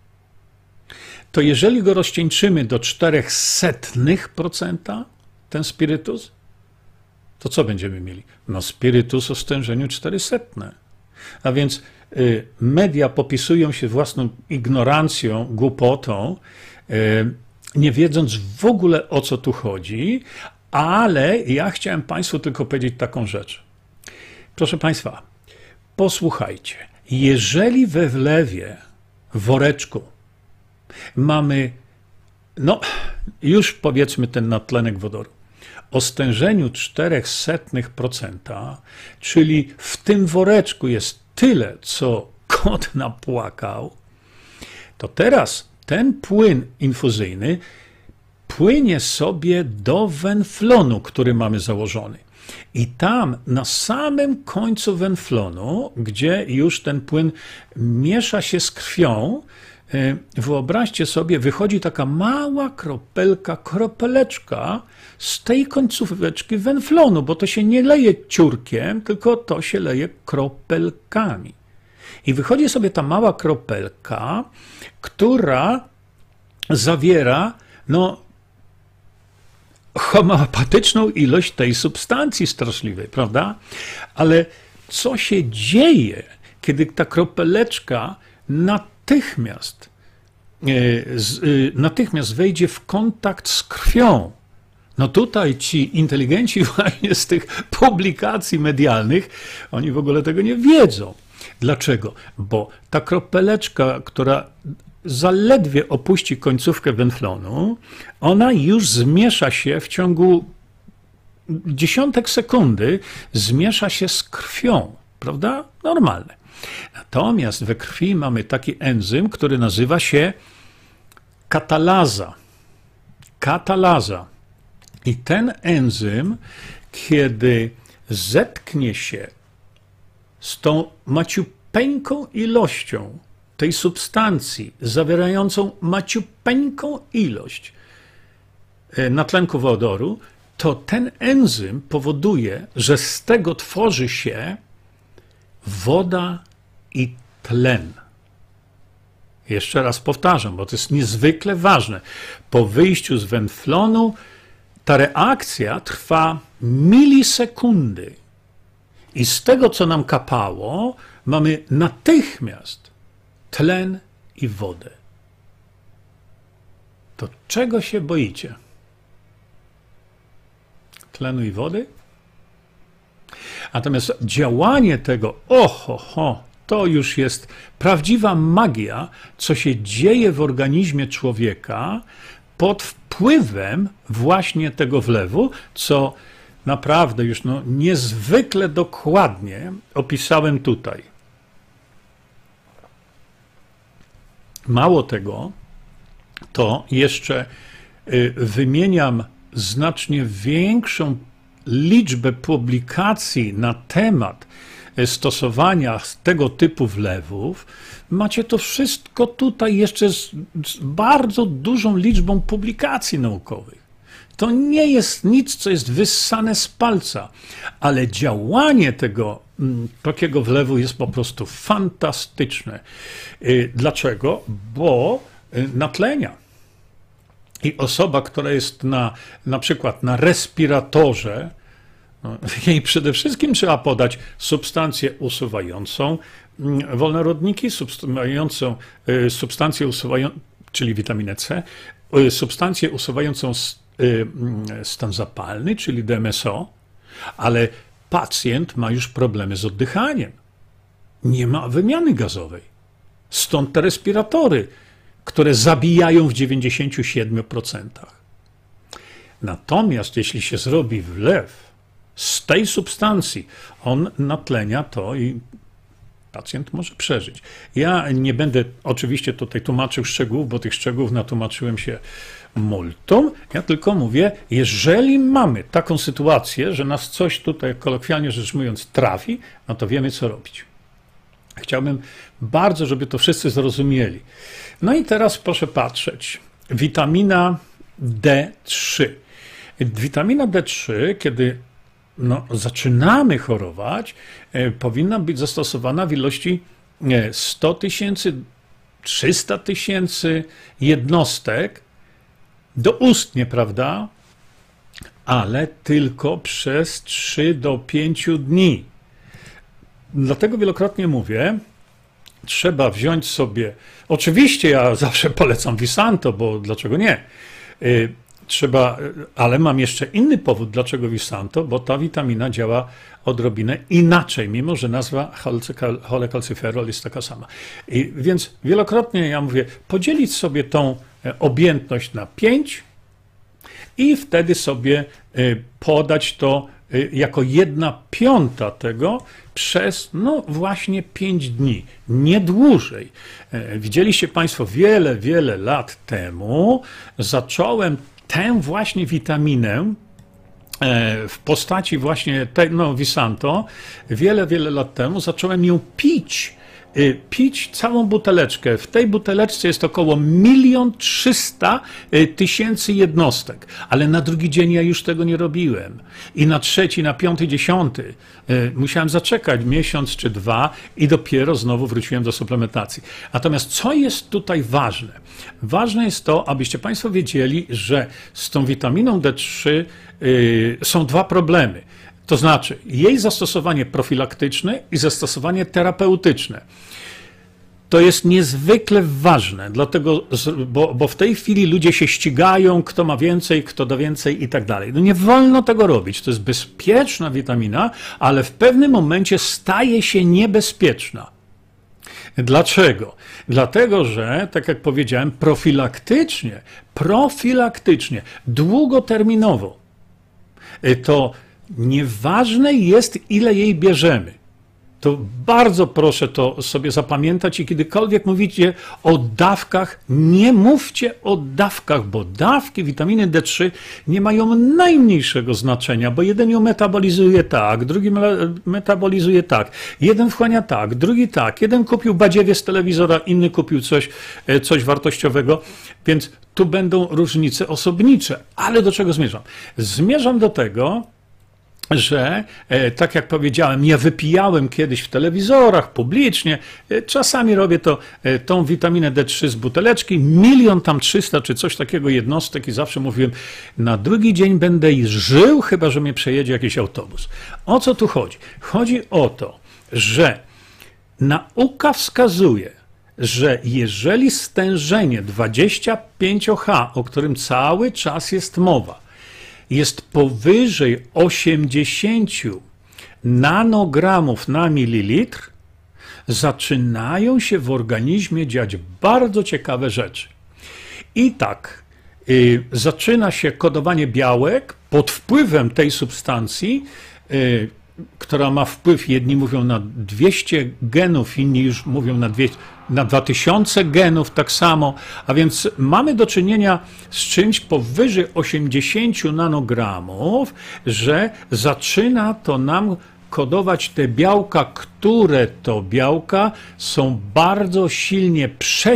to jeżeli go rozcieńczymy do czterysta procent ten spirytus, to co będziemy mieli? No spirytus o stężeniu czterysta. A więc y, media popisują się własną ignorancją, głupotą, y, nie wiedząc w ogóle o co tu chodzi, ale ja chciałem Państwu tylko powiedzieć taką rzecz. Proszę Państwa, posłuchajcie, jeżeli we wlewie, w woreczku mamy, no już powiedzmy ten nadtlenek wodoru, o stężeniu czterysta procent, czyli w tym woreczku jest tyle, co kot napłakał, to teraz ten płyn infuzyjny płynie sobie do wenflonu, który mamy założony. I tam na samym końcu wenflonu, gdzie już ten płyn miesza się z krwią, wyobraźcie sobie, wychodzi taka mała kropelka, kropeleczka z tej końcóweczki wenflonu, bo to się nie leje ciurkiem, tylko to się leje kropelkami. I wychodzi sobie ta mała kropelka, która zawiera, no, homeopatyczną ilość tej substancji straszliwej, prawda? Ale co się dzieje, kiedy ta kropeleczka natychmiast, natychmiast wejdzie w kontakt z krwią? No tutaj ci inteligenci właśnie z tych publikacji medialnych, oni w ogóle tego nie wiedzą. Dlaczego? Bo ta kropeleczka, która zaledwie opuści końcówkę wenflonu, ona już zmiesza się w ciągu dziesiątek sekundy, zmiesza się z krwią, prawda? Normalne. Natomiast we krwi mamy taki enzym, który nazywa się katalaza. Katalaza. I ten enzym, kiedy zetknie się z tą maciupeńką ilością tej substancji, zawierającą maciupeńką ilość natlenku wodoru, to ten enzym powoduje, że z tego tworzy się woda i tlen. Jeszcze raz powtarzam, bo to jest niezwykle ważne. Po wyjściu z wenflonu ta reakcja trwa milisekundy. I z tego, co nam kapało, mamy natychmiast tlen i wodę. To czego się boicie? Tlenu i wody? Natomiast działanie tego, oho, ho, to już jest prawdziwa magia, co się dzieje w organizmie człowieka pod wpływem właśnie tego wlewu, co naprawdę już no, niezwykle dokładnie opisałem tutaj. Mało tego, to jeszcze wymieniam znacznie większą liczbę publikacji na temat stosowania tego typu wlewów, macie to wszystko tutaj jeszcze z, z bardzo dużą liczbą publikacji naukowych. To nie jest nic, co jest wyssane z palca, ale działanie tego takiego wlewu jest po prostu fantastyczne. Dlaczego? Bo natlenia. I osoba, która jest na, na przykład na respiratorze, no, jej przede wszystkim trzeba podać substancję usuwającą wolnorodniki, substancją, substancję usuwającą, czyli witaminę C, substancję usuwającą stan zapalny, czyli D M S O, ale pacjent ma już problemy z oddychaniem. Nie ma wymiany gazowej. Stąd te respiratory, które zabijają w dziewięćdziesięciu siedmiu procentach. Natomiast jeśli się zrobi wlew z tej substancji, on natlenia to i pacjent może przeżyć. Ja nie będę oczywiście tutaj tłumaczył szczegółów, bo tych szczegółów natłumaczyłem się multum. Ja tylko mówię, jeżeli mamy taką sytuację, że nas coś tutaj, kolokwialnie rzecz mówiąc, trafi, no to wiemy, co robić. Chciałbym bardzo, żeby to wszyscy zrozumieli. No i teraz proszę patrzeć. Witamina D trzy. Witamina D trzy, kiedy no, zaczynamy chorować, e, powinna być zastosowana w ilości e, sto tysięcy, trzysta tysięcy jednostek doustnie, prawda? Ale tylko przez trzy do pięciu dni. Dlatego wielokrotnie mówię, trzeba wziąć sobie, oczywiście ja zawsze polecam Visanto, bo dlaczego nie? Trzeba, ale mam jeszcze inny powód, dlaczego Visanto, bo ta witamina działa odrobinę inaczej, mimo że nazwa cholecalciferol jest taka sama. I więc wielokrotnie ja mówię, podzielić sobie tą objętność na pięć i wtedy sobie podać to jako jedna piąta tego przez, no właśnie pięć dni, nie dłużej. Widzieliście Państwo, wiele, wiele lat temu zacząłem tę właśnie witaminę w postaci właśnie tego, no Visanto, wiele, wiele lat temu zacząłem ją pić. Pić całą buteleczkę. W tej buteleczce jest około milion trzysta tysięcy jednostek, ale na drugi dzień ja już tego nie robiłem. I na trzeci, na piąty, dziesiąty musiałem zaczekać miesiąc czy dwa i dopiero znowu wróciłem do suplementacji. Natomiast co jest tutaj ważne? Ważne jest to, abyście Państwo wiedzieli, że z tą witaminą D trzy yy, są dwa problemy. To znaczy jej zastosowanie profilaktyczne i zastosowanie terapeutyczne. To jest niezwykle ważne, dlatego, bo, bo w tej chwili ludzie się ścigają, kto ma więcej, kto da więcej i tak dalej. No nie wolno tego robić. To jest bezpieczna witamina, ale w pewnym momencie staje się niebezpieczna. Dlaczego? Dlatego, że, tak jak powiedziałem, profilaktycznie, profilaktycznie, długoterminowo, to nieważne jest, ile jej bierzemy. To bardzo proszę to sobie zapamiętać i kiedykolwiek mówicie o dawkach, nie mówcie o dawkach, bo dawki witaminy D trzy nie mają najmniejszego znaczenia, bo jeden ją metabolizuje tak, drugi metabolizuje tak, jeden wchłania tak, drugi tak, jeden kupił badziewie z telewizora, inny kupił coś, coś wartościowego, więc tu będą różnice osobnicze. Ale do czego zmierzam? Zmierzam do tego, że, tak jak powiedziałem, ja wypijałem kiedyś w telewizorach, publicznie, czasami robię to, tą witaminę D trzy z buteleczki, milion tam trzysta czy coś takiego jednostek i zawsze mówiłem, na drugi dzień będę żył, chyba że mnie przejedzie jakiś autobus. O co tu chodzi? Chodzi o to, że nauka wskazuje, że jeżeli stężenie dwadzieścia pięć O H, o którym cały czas jest mowa, jest powyżej osiemdziesięciu nanogramów na mililitr, zaczynają się w organizmie dziać bardzo ciekawe rzeczy. I tak, y, zaczyna się kodowanie białek pod wpływem tej substancji, y, która ma wpływ, jedni mówią na dwieście genów, inni już mówią na, dwieście, na dwa tysiące genów, tak samo, a więc mamy do czynienia z czymś powyżej osiemdziesięciu nanogramów, że zaczyna to nam kodować te białka, które to białka są bardzo silnie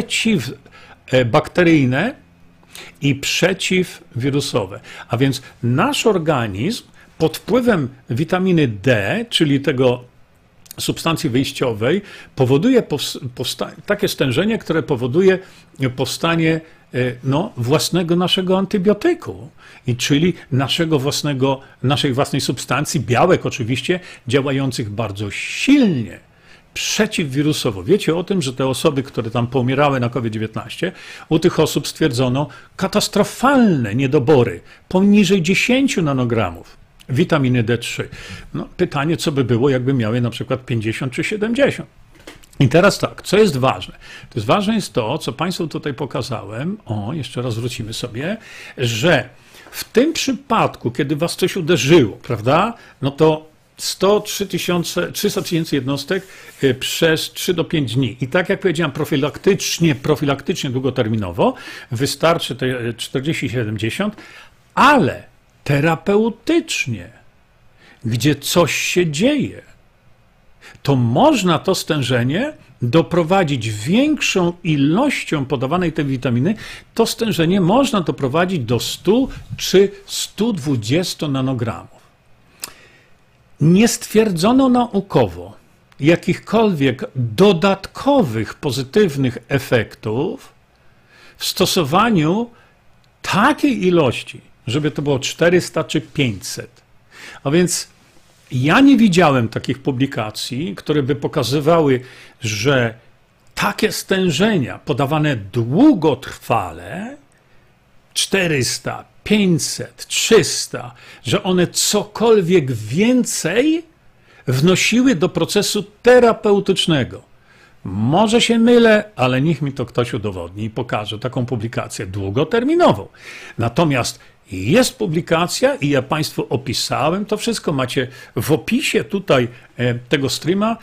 przeciwbakteryjne i przeciwwirusowe. A więc nasz organizm pod wpływem witaminy D, czyli tego substancji wyjściowej, powoduje takie stężenie, które powoduje powstanie no, własnego naszego antybiotyku, i czyli naszego własnego, naszej własnej substancji, białek oczywiście, działających bardzo silnie przeciwwirusowo. Wiecie o tym, że te osoby, które tam poumierały na COVID dziewiętnaście, u tych osób stwierdzono katastrofalne niedobory, poniżej dziesięć nanogramów witaminy D trzy. No, pytanie, co by było, jakby miały na przykład pięćdziesiąt czy siedemdziesiąt. I teraz tak, co jest ważne? To jest ważne jest to, co Państwu tutaj pokazałem, o, jeszcze raz wrócimy sobie, że w tym przypadku, kiedy Was coś uderzyło, prawda, no to sto trzy tysiące, trzysta tysięcy jednostek przez trzy do pięciu dni. I tak jak powiedziałem, profilaktycznie, profilaktycznie długoterminowo wystarczy te czterdzieści siedemdziesiąt, ale terapeutycznie, gdzie coś się dzieje, to można to stężenie doprowadzić większą ilością podawanej tej witaminy, to stężenie można doprowadzić do stu czy stu dwudziestu nanogramów. Nie stwierdzono naukowo jakichkolwiek dodatkowych pozytywnych efektów w stosowaniu takiej ilości, żeby to było czterysta czy pięćset. A więc ja nie widziałem takich publikacji, które by pokazywały, że takie stężenia podawane długotrwale, czterysta, pięćset, trzysta, że one cokolwiek więcej wnosiły do procesu terapeutycznego. Może się mylę, ale niech mi to ktoś udowodni i pokaże taką publikację długoterminową. Natomiast jest publikacja i ja Państwu opisałem, to wszystko macie w opisie tutaj tego streama,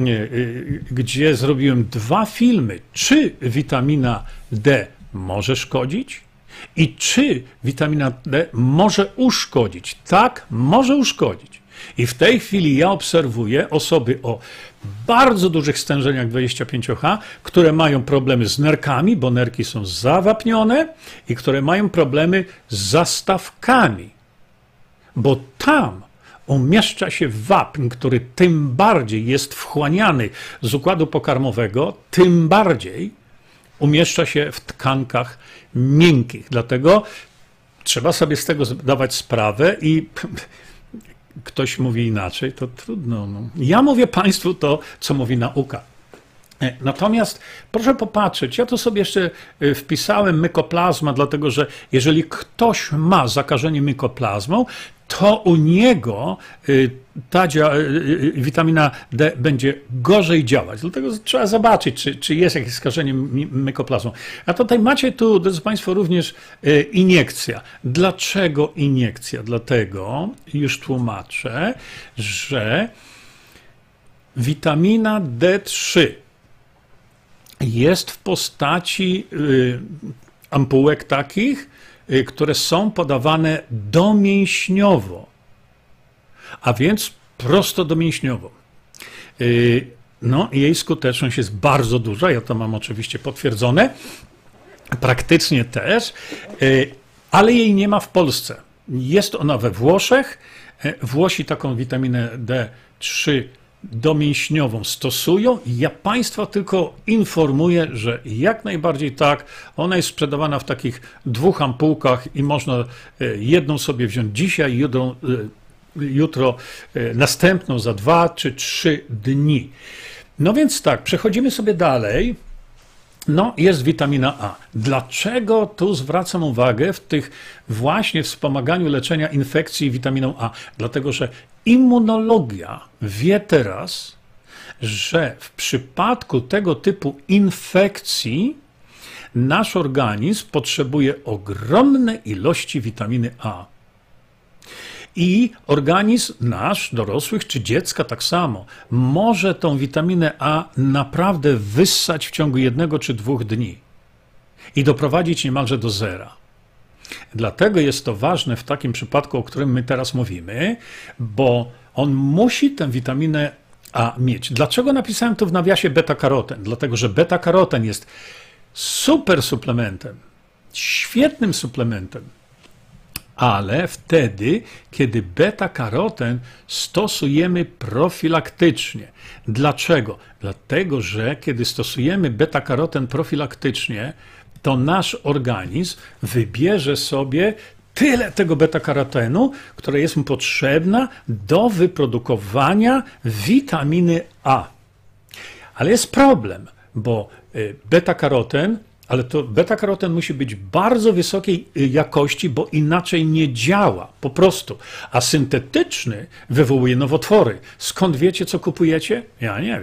gdzie zrobiłem dwa filmy, czy witamina D może szkodzić i czy witamina D może uszkodzić. Tak, może uszkodzić. I w tej chwili ja obserwuję osoby o bardzo dużych stężeniach dwadzieścia pięć H, które mają problemy z nerkami, bo nerki są zawapnione, i które mają problemy z zastawkami, bo tam umieszcza się wapń, który tym bardziej jest wchłaniany z układu pokarmowego, tym bardziej umieszcza się w tkankach miękkich. Dlatego trzeba sobie z tego zdawać sprawę i ktoś mówi inaczej, to trudno. No. Ja mówię Państwu to, co mówi nauka. Natomiast proszę popatrzeć, ja to sobie jeszcze wpisałem mykoplazma, dlatego że jeżeli ktoś ma zakażenie mykoplazmą, to u niego ta witamina D będzie gorzej działać. Dlatego trzeba zobaczyć, czy, czy jest jakieś skażenie mykoplazmą. A tutaj macie tu, drodzy Państwo, również iniekcja. Dlaczego iniekcja? Dlatego, już tłumaczę, że witamina D trzy jest w postaci ampułek takich, które są podawane domięśniowo, a więc prosto domięśniowo. No, jej skuteczność jest bardzo duża, ja to mam oczywiście potwierdzone, praktycznie też, ale jej nie ma w Polsce. Jest ona we Włoszech. Włosi taką witaminę D trzy domięśniową stosują. Ja Państwa tylko informuję, że jak najbardziej tak, ona jest sprzedawana w takich dwóch ampułkach i można jedną sobie wziąć dzisiaj, jutro, jutro następną za dwa czy trzy dni. No więc tak, przechodzimy sobie dalej. No, jest witamina A. Dlaczego tu zwracam uwagę w tych właśnie wspomaganiu leczenia infekcji witaminą A? Dlatego, że immunologia wie teraz, że w przypadku tego typu infekcji nasz organizm potrzebuje ogromnej ilości witaminy A. I organizm nasz, dorosłych czy dziecka tak samo, może tą witaminę A naprawdę wyssać w ciągu jednego czy dwóch dni i doprowadzić niemalże do zera. Dlatego jest to ważne w takim przypadku, o którym my teraz mówimy, bo On musi tę witaminę A mieć. Dlaczego napisałem to w nawiasie beta-karoten? Dlatego, że beta-karoten jest super suplementem, świetnym suplementem, ale wtedy, kiedy beta-karoten stosujemy profilaktycznie. Dlaczego? Dlatego, że kiedy stosujemy beta-karoten profilaktycznie, to nasz organizm wybierze sobie tyle tego beta-karotenu, które jest mu potrzebna do wyprodukowania witaminy A. Ale jest problem, bo beta-karoten, ale to beta-karoten musi być bardzo wysokiej jakości, bo inaczej nie działa, po prostu. A syntetyczny wywołuje nowotwory. Skąd wiecie, co kupujecie? Ja nie wiem.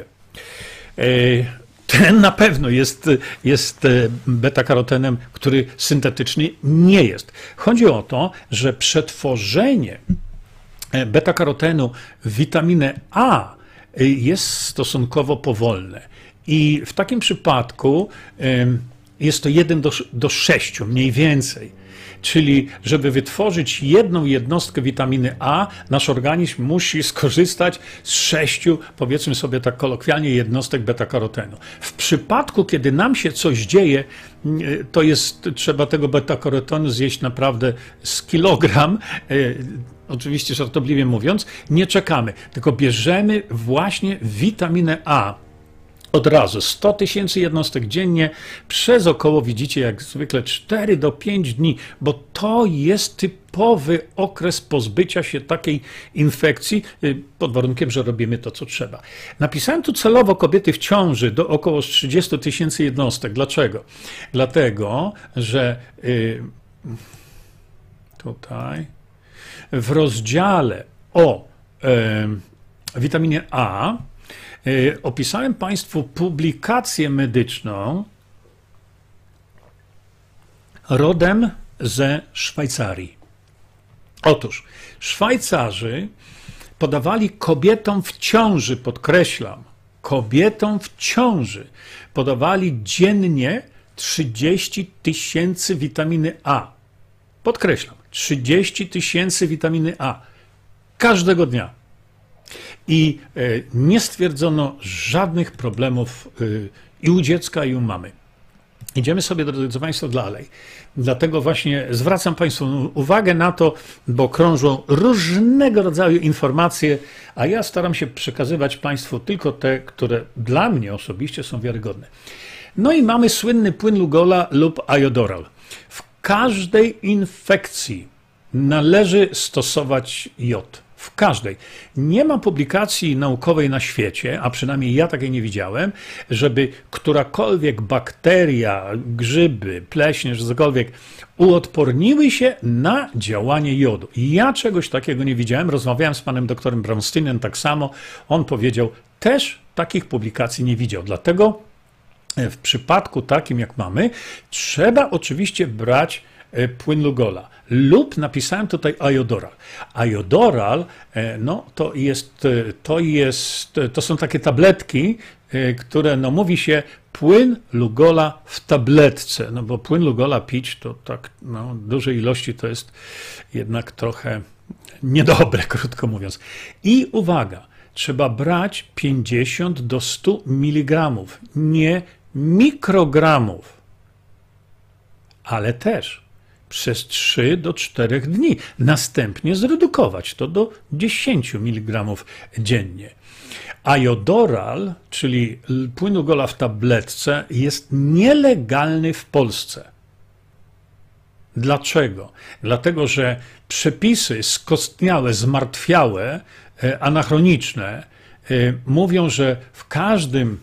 Ten na pewno jest, jest beta-karotenem, który syntetyczny nie jest. Chodzi o to, że przetworzenie beta-karotenu w witaminę A jest stosunkowo powolne. I w takim przypadku jest to jeden do sześciu mniej więcej. Czyli żeby wytworzyć jedną jednostkę witaminy A, nasz organizm musi skorzystać z sześciu, powiedzmy sobie tak kolokwialnie, jednostek beta-karotenu. W przypadku, kiedy nam się coś dzieje, to jest, trzeba tego beta-karotenu zjeść naprawdę z kilogram, oczywiście żartobliwie mówiąc, nie czekamy, tylko bierzemy właśnie witaminę A. Od razu sto tysięcy jednostek dziennie przez około, widzicie, jak zwykle cztery do pięciu dni, bo to jest typowy okres pozbycia się takiej infekcji, pod warunkiem, że robimy to, co trzeba. Napisałem tu celowo kobiety w ciąży do około trzydziestu tysięcy jednostek. Dlaczego? Dlatego, że yy, tutaj w rozdziale o yy, witaminie A opisałem Państwu publikację medyczną rodem ze Szwajcarii. Otóż Szwajcarzy podawali kobietom w ciąży, podkreślam, kobietom w ciąży podawali dziennie trzydzieści tysięcy witaminy A. Podkreślam, trzydzieści tysięcy witaminy A każdego dnia. I nie stwierdzono żadnych problemów i u dziecka, i u mamy. Idziemy sobie, drodzy Państwo, dalej. Dlatego właśnie zwracam Państwu uwagę na to, bo krążą różnego rodzaju informacje, a ja staram się przekazywać Państwu tylko te, które dla mnie osobiście są wiarygodne. No i mamy słynny płyn Lugola lub Iodoral. W każdej infekcji należy stosować jod. W każdej. Nie ma publikacji naukowej na świecie, a przynajmniej ja takiej nie widziałem, żeby którakolwiek bakteria, grzyby, pleśnie, czy cokolwiek uodporniły się na działanie jodu. Ja czegoś takiego nie widziałem. Rozmawiałem z panem doktorem Brownsteinem tak samo. On powiedział, też takich publikacji nie widział. Dlatego w przypadku takim, jak mamy, trzeba oczywiście brać płyn Lugola. Lub napisałem tutaj Iodoral. Iodoral, no to jest, to jest, to są takie tabletki, które, no mówi się płyn Lugola w tabletce, no bo płyn Lugola pić to tak, no dużej ilości to jest jednak trochę niedobre, krótko mówiąc. I uwaga, trzeba brać pięćdziesiąt do stu miligramów, nie mikrogramów, ale też przez trzy do czterech dni. Następnie zredukować to do dziesięciu miligramów dziennie. Iodoral, czyli płyn Lugola w tabletce, jest nielegalny w Polsce. Dlaczego? Dlatego, że przepisy skostniałe, zmartwiałe, anachroniczne mówią, że w każdym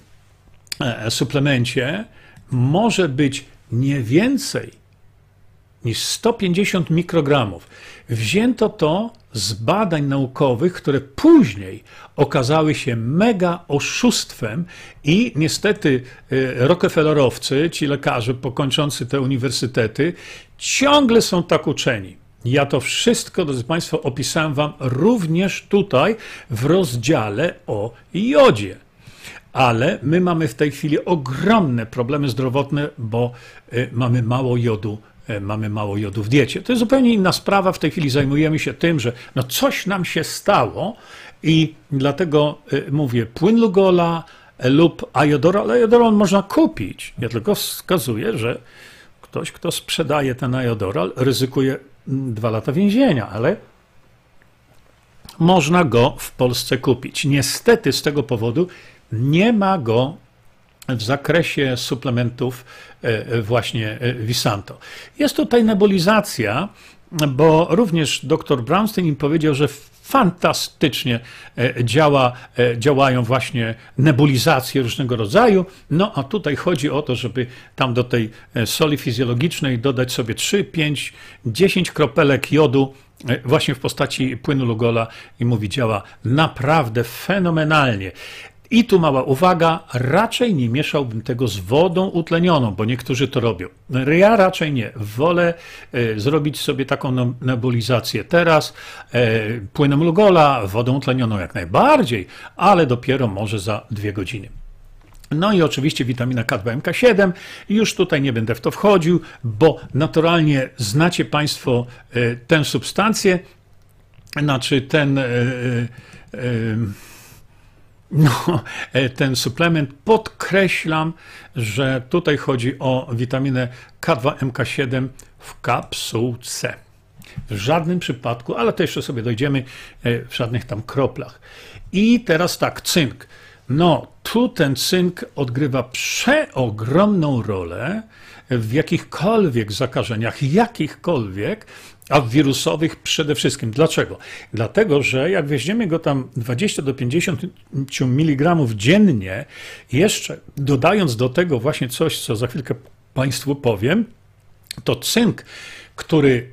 suplemencie może być nie więcej niż sto pięćdziesiąt mikrogramów. Wzięto to z badań naukowych, które później okazały się mega oszustwem i niestety Rockefellerowcy, ci lekarze pokończący te uniwersytety, ciągle są tak uczeni. Ja to wszystko, drodzy Państwo, opisałem Wam również tutaj w rozdziale o jodzie. Ale my mamy w tej chwili ogromne problemy zdrowotne, bo mamy mało jodu mamy mało jodu w diecie. To jest zupełnie inna sprawa. W tej chwili zajmujemy się tym, że no coś nam się stało i dlatego mówię płyn Lugola lub ajodoral. Ajodoral można kupić. Ja tylko wskazuję, że ktoś, kto sprzedaje ten ajodoral, ryzykuje dwa lata więzienia, ale można go w Polsce kupić. Niestety z tego powodu nie ma go w zakresie suplementów właśnie Visanto. Jest tutaj nebulizacja, bo również dr Brownstein im powiedział, że fantastycznie działa, działają właśnie nebulizacje różnego rodzaju. No a tutaj chodzi o to, żeby tam do tej soli fizjologicznej dodać sobie trzy, pięć, dziesięć kropelek jodu właśnie w postaci płynu Lugola i mówi, działa naprawdę fenomenalnie. I tu mała uwaga, raczej nie mieszałbym tego z wodą utlenioną, bo niektórzy to robią. Ja raczej nie. Wolę e, zrobić sobie taką nebulizację teraz, e, płynem Lugola, wodą utlenioną jak najbardziej, ale dopiero może za dwie godziny. No i oczywiście witamina K dwa M K siedem. Już tutaj nie będę w to wchodził, bo naturalnie znacie Państwo e, tę substancję, znaczy ten... E, e, No, ten suplement, podkreślam, że tutaj chodzi o witaminę K dwa M K siedem w kapsułce. W żadnym przypadku, ale to jeszcze sobie dojdziemy, w żadnych tam kroplach. I teraz tak, cynk. No, tu ten cynk odgrywa przeogromną rolę w jakichkolwiek zakażeniach, jakichkolwiek, a w wirusowych przede wszystkim. Dlaczego? Dlatego, że jak weźmiemy go tam dwadzieścia do pięćdziesięciu miligramów dziennie, jeszcze dodając do tego właśnie coś, co za chwilkę Państwu powiem, to cynk, który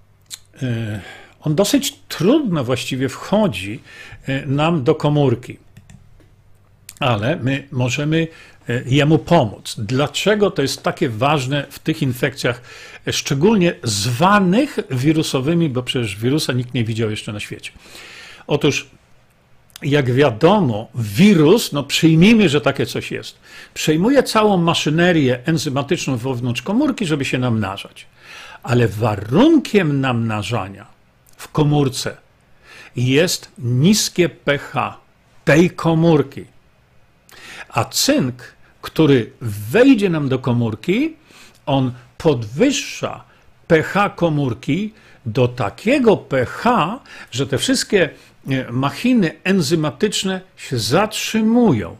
on dosyć trudno właściwie wchodzi nam do komórki, ale my możemy jemu pomóc. Dlaczego to jest takie ważne w tych infekcjach, szczególnie zwanych wirusowymi, bo przecież wirusa nikt nie widział jeszcze na świecie. Otóż, jak wiadomo, wirus, no przyjmijmy, że takie coś jest, przejmuje całą maszynerię enzymatyczną wewnątrz komórki, żeby się namnażać. Ale warunkiem namnażania w komórce jest niskie pH tej komórki. A cynk, który wejdzie nam do komórki, on podwyższa pH komórki do takiego pH, że te wszystkie machiny enzymatyczne się zatrzymują.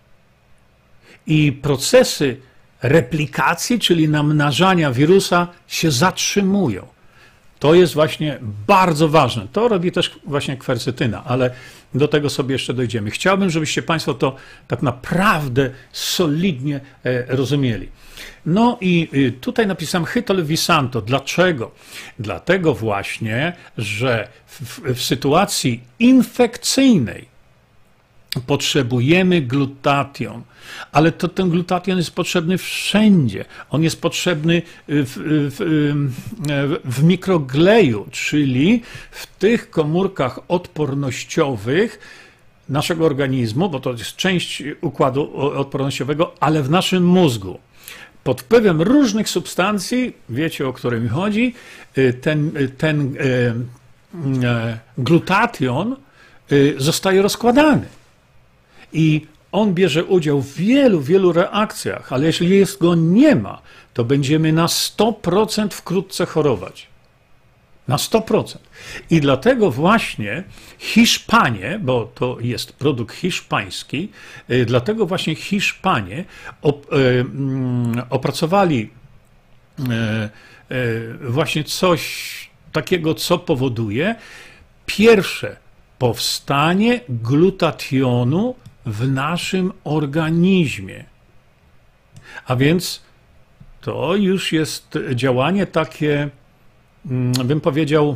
I procesy replikacji, czyli namnażania wirusa, się zatrzymują. To jest właśnie bardzo ważne. To robi też właśnie kwercetyna, ale do tego sobie jeszcze dojdziemy. Chciałbym, żebyście Państwo to tak naprawdę solidnie rozumieli. No i tutaj napisałem Hytol Visanto. Dlaczego? Dlatego właśnie, że w, w sytuacji infekcyjnej potrzebujemy glutation, ale to ten glutation jest potrzebny wszędzie. On jest potrzebny w, w, w mikrogleju, czyli w tych komórkach odpornościowych naszego organizmu, bo to jest część układu odpornościowego, ale w naszym mózgu. Pod wpływem różnych substancji, wiecie, o które mi chodzi, ten, ten glutation zostaje rozkładany. I on bierze udział w wielu, wielu reakcjach, ale jeśli jest go nie ma, to będziemy na sto procent wkrótce chorować. Na sto procent. I dlatego właśnie Hiszpanie, bo to jest produkt hiszpański, dlatego właśnie Hiszpanie op, e, opracowali e, e, właśnie coś takiego, co powoduje pierwsze powstanie glutationu w naszym organizmie. A więc to już jest działanie takie, bym powiedział,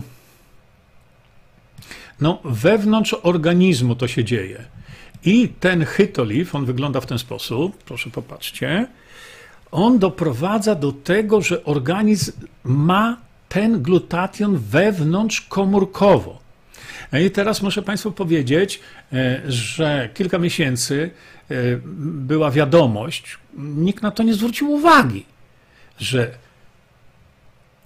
no wewnątrz organizmu to się dzieje. I ten Hytolif, on wygląda w ten sposób, proszę popatrzcie, on doprowadza do tego, że organizm ma ten glutation wewnątrzkomórkowo. I teraz muszę Państwu powiedzieć, że kilka miesięcy była wiadomość, nikt na to nie zwrócił uwagi, że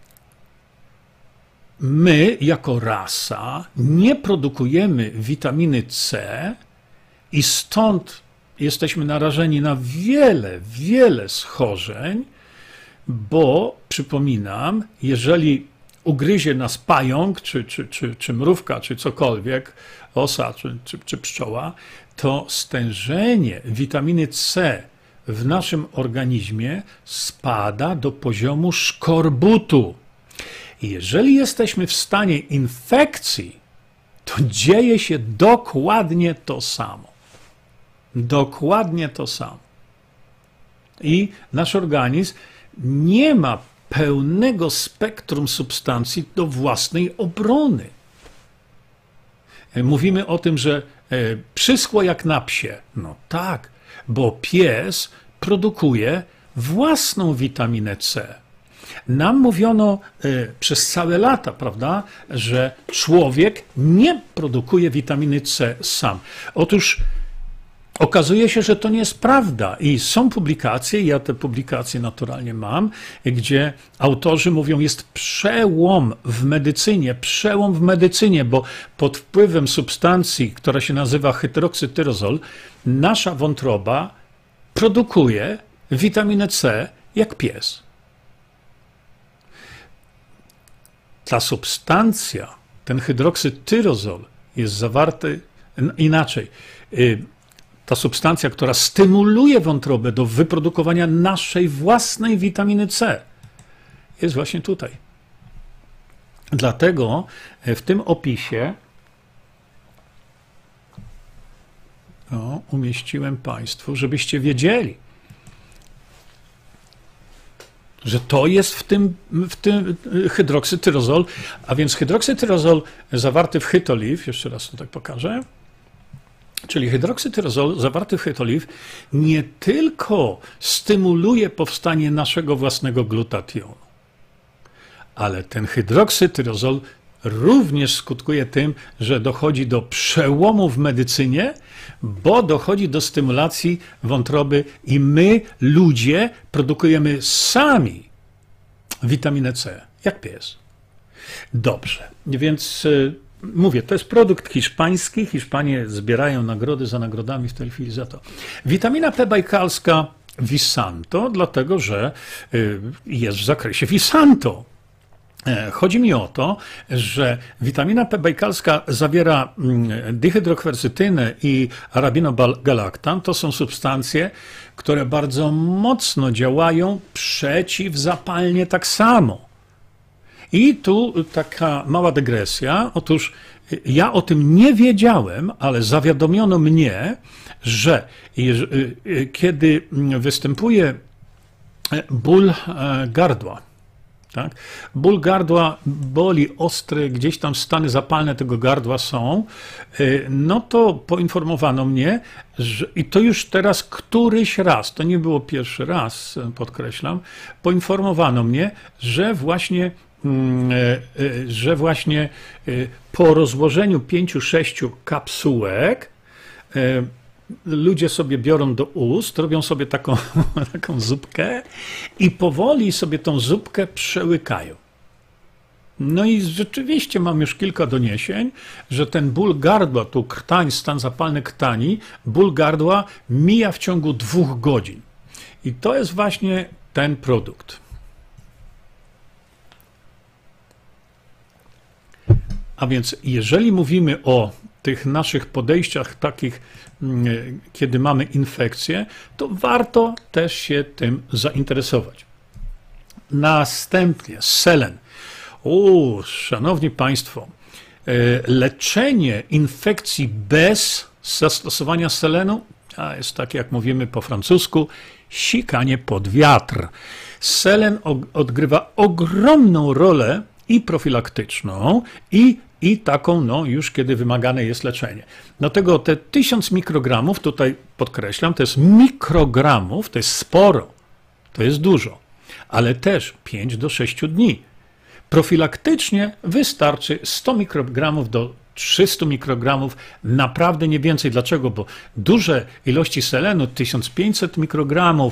my jako rasa nie produkujemy witaminy C i stąd jesteśmy narażeni na wiele, wiele schorzeń, bo przypominam, jeżeli ugryzie nas pająk, czy, czy, czy, czy mrówka, czy cokolwiek, osa, czy, czy, czy pszczoła, to stężenie witaminy C w naszym organizmie spada do poziomu szkorbutu. I jeżeli jesteśmy w stanie infekcji, to dzieje się dokładnie to samo. Dokładnie to samo. I nasz organizm nie ma pełnego spektrum substancji do własnej obrony. Mówimy o tym, że przyschło jak na psie. No tak, bo pies produkuje własną witaminę C. Nam mówiono przez całe lata, prawda, że człowiek nie produkuje witaminy C sam. Otóż okazuje się, że to nie jest prawda i są publikacje, ja te publikacje naturalnie mam, gdzie autorzy mówią, jest przełom w medycynie, przełom w medycynie, bo pod wpływem substancji, która się nazywa hydroksytyrozol, nasza wątroba produkuje witaminę C jak pies. Ta substancja, ten hydroksytyrozol jest zawarty inaczej. Ta substancja, która stymuluje wątrobę do wyprodukowania naszej własnej witaminy C, jest właśnie tutaj. Dlatego w tym opisie o, umieściłem Państwu, żebyście wiedzieli, że to jest w tym, w tym hydroksytyrozol, a więc hydroksytyrozol zawarty w Hytoliv, jeszcze raz tutaj pokażę, czyli hydroksytyrozol zawarty w Hytoliv nie tylko stymuluje powstanie naszego własnego glutationu, ale ten hydroksytyrozol również skutkuje tym, że dochodzi do przełomu w medycynie, bo dochodzi do stymulacji wątroby i my, ludzie, produkujemy sami witaminę C, jak pies. Dobrze, więc mówię, to jest produkt hiszpański. Hiszpanie zbierają nagrody za nagrodami w tej chwili za to. Witamina P bajkalska Visanto, dlatego że jest w zakresie Visanto. Chodzi mi o to, że witamina P bajkalska zawiera dihydrokwercytynę i arabinogalaktan. To są substancje, które bardzo mocno działają przeciwzapalnie tak samo. I tu taka mała dygresja. Otóż ja o tym nie wiedziałem, ale zawiadomiono mnie, że kiedy występuje ból gardła, tak? Ból gardła boli ostre, gdzieś tam stany zapalne tego gardła są, no to poinformowano mnie, że, i to już teraz któryś raz, to nie było pierwszy raz, podkreślam, poinformowano mnie, że właśnie, że właśnie po rozłożeniu pięciu, sześciu kapsułek ludzie sobie biorą do ust, robią sobie taką, taką zupkę i powoli sobie tą zupkę przełykają. No i rzeczywiście mam już kilka doniesień, że ten ból gardła, tu krtań, stan zapalny krtani, ból gardła mija w ciągu dwóch godzin. I to jest właśnie ten produkt. A więc jeżeli mówimy o tych naszych podejściach takich, kiedy mamy infekcję, to warto też się tym zainteresować. Następnie selen. O, szanowni Państwo, leczenie infekcji bez zastosowania selenu, a jest tak jak mówimy po francusku, sikanie pod wiatr. Selen odgrywa ogromną rolę i profilaktyczną, i I taką, no już kiedy wymagane jest leczenie. Dlatego te tysiąc mikrogramów, tutaj podkreślam, to jest mikrogramów, to jest sporo, to jest dużo, ale też pięć do sześciu dni. Profilaktycznie wystarczy sto mikrogramów do trzystu mikrogramów, naprawdę nie więcej. Dlaczego? Bo duże ilości selenu, tysiąc pięćset mikrogramów,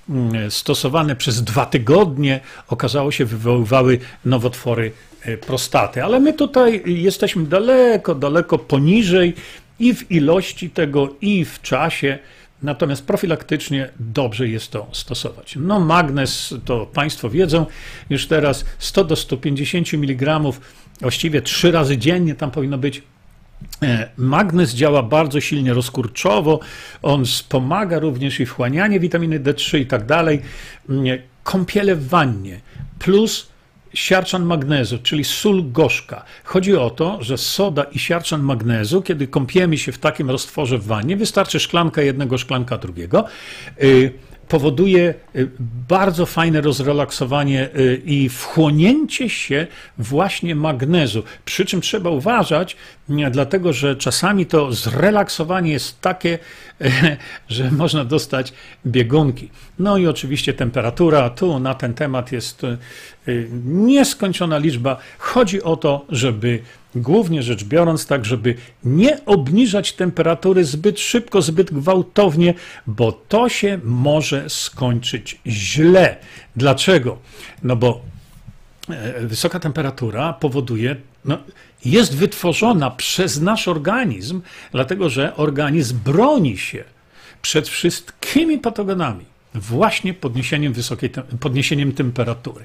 stosowane przez dwa tygodnie, okazało się, wywoływały nowotwory prostaty. Ale my tutaj jesteśmy daleko, daleko poniżej i w ilości tego, i w czasie. Natomiast profilaktycznie dobrze jest to stosować. No magnez, to Państwo wiedzą, już teraz sto do stu pięćdziesięciu miligramów, właściwie trzy razy dziennie tam powinno być. Magnez działa bardzo silnie rozkurczowo, on wspomaga również i wchłanianie witaminy D trzy i tak dalej. Kąpiele w wannie plus siarczan magnezu, czyli sól gorzka. Chodzi o to, że soda i siarczan magnezu, kiedy kąpiemy się w takim roztworze w wannie, wystarczy szklanka jednego, szklanka drugiego, powoduje bardzo fajne rozrelaksowanie i wchłonięcie się właśnie magnezu. Przy czym trzeba uważać, dlatego że czasami to zrelaksowanie jest takie, że można dostać biegunki. No i oczywiście temperatura, tu na ten temat jest nieskończona liczba. Chodzi o to, żeby głównie rzecz biorąc, tak, żeby nie obniżać temperatury zbyt szybko, zbyt gwałtownie, bo to się może skończyć źle. Dlaczego? No bo wysoka temperatura powoduje, no, jest wytworzona przez nasz organizm, dlatego że organizm broni się przed wszystkimi patogenami właśnie podniesieniem wysokiej, podniesieniem temperatury.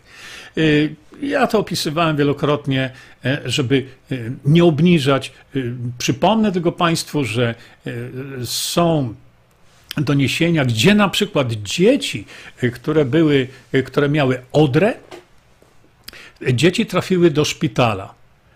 Ja to opisywałem wielokrotnie, żeby nie obniżać. Przypomnę tylko Państwu, że są doniesienia, gdzie na przykład dzieci, które były, które miały odrę, dzieci trafiły do szpitala.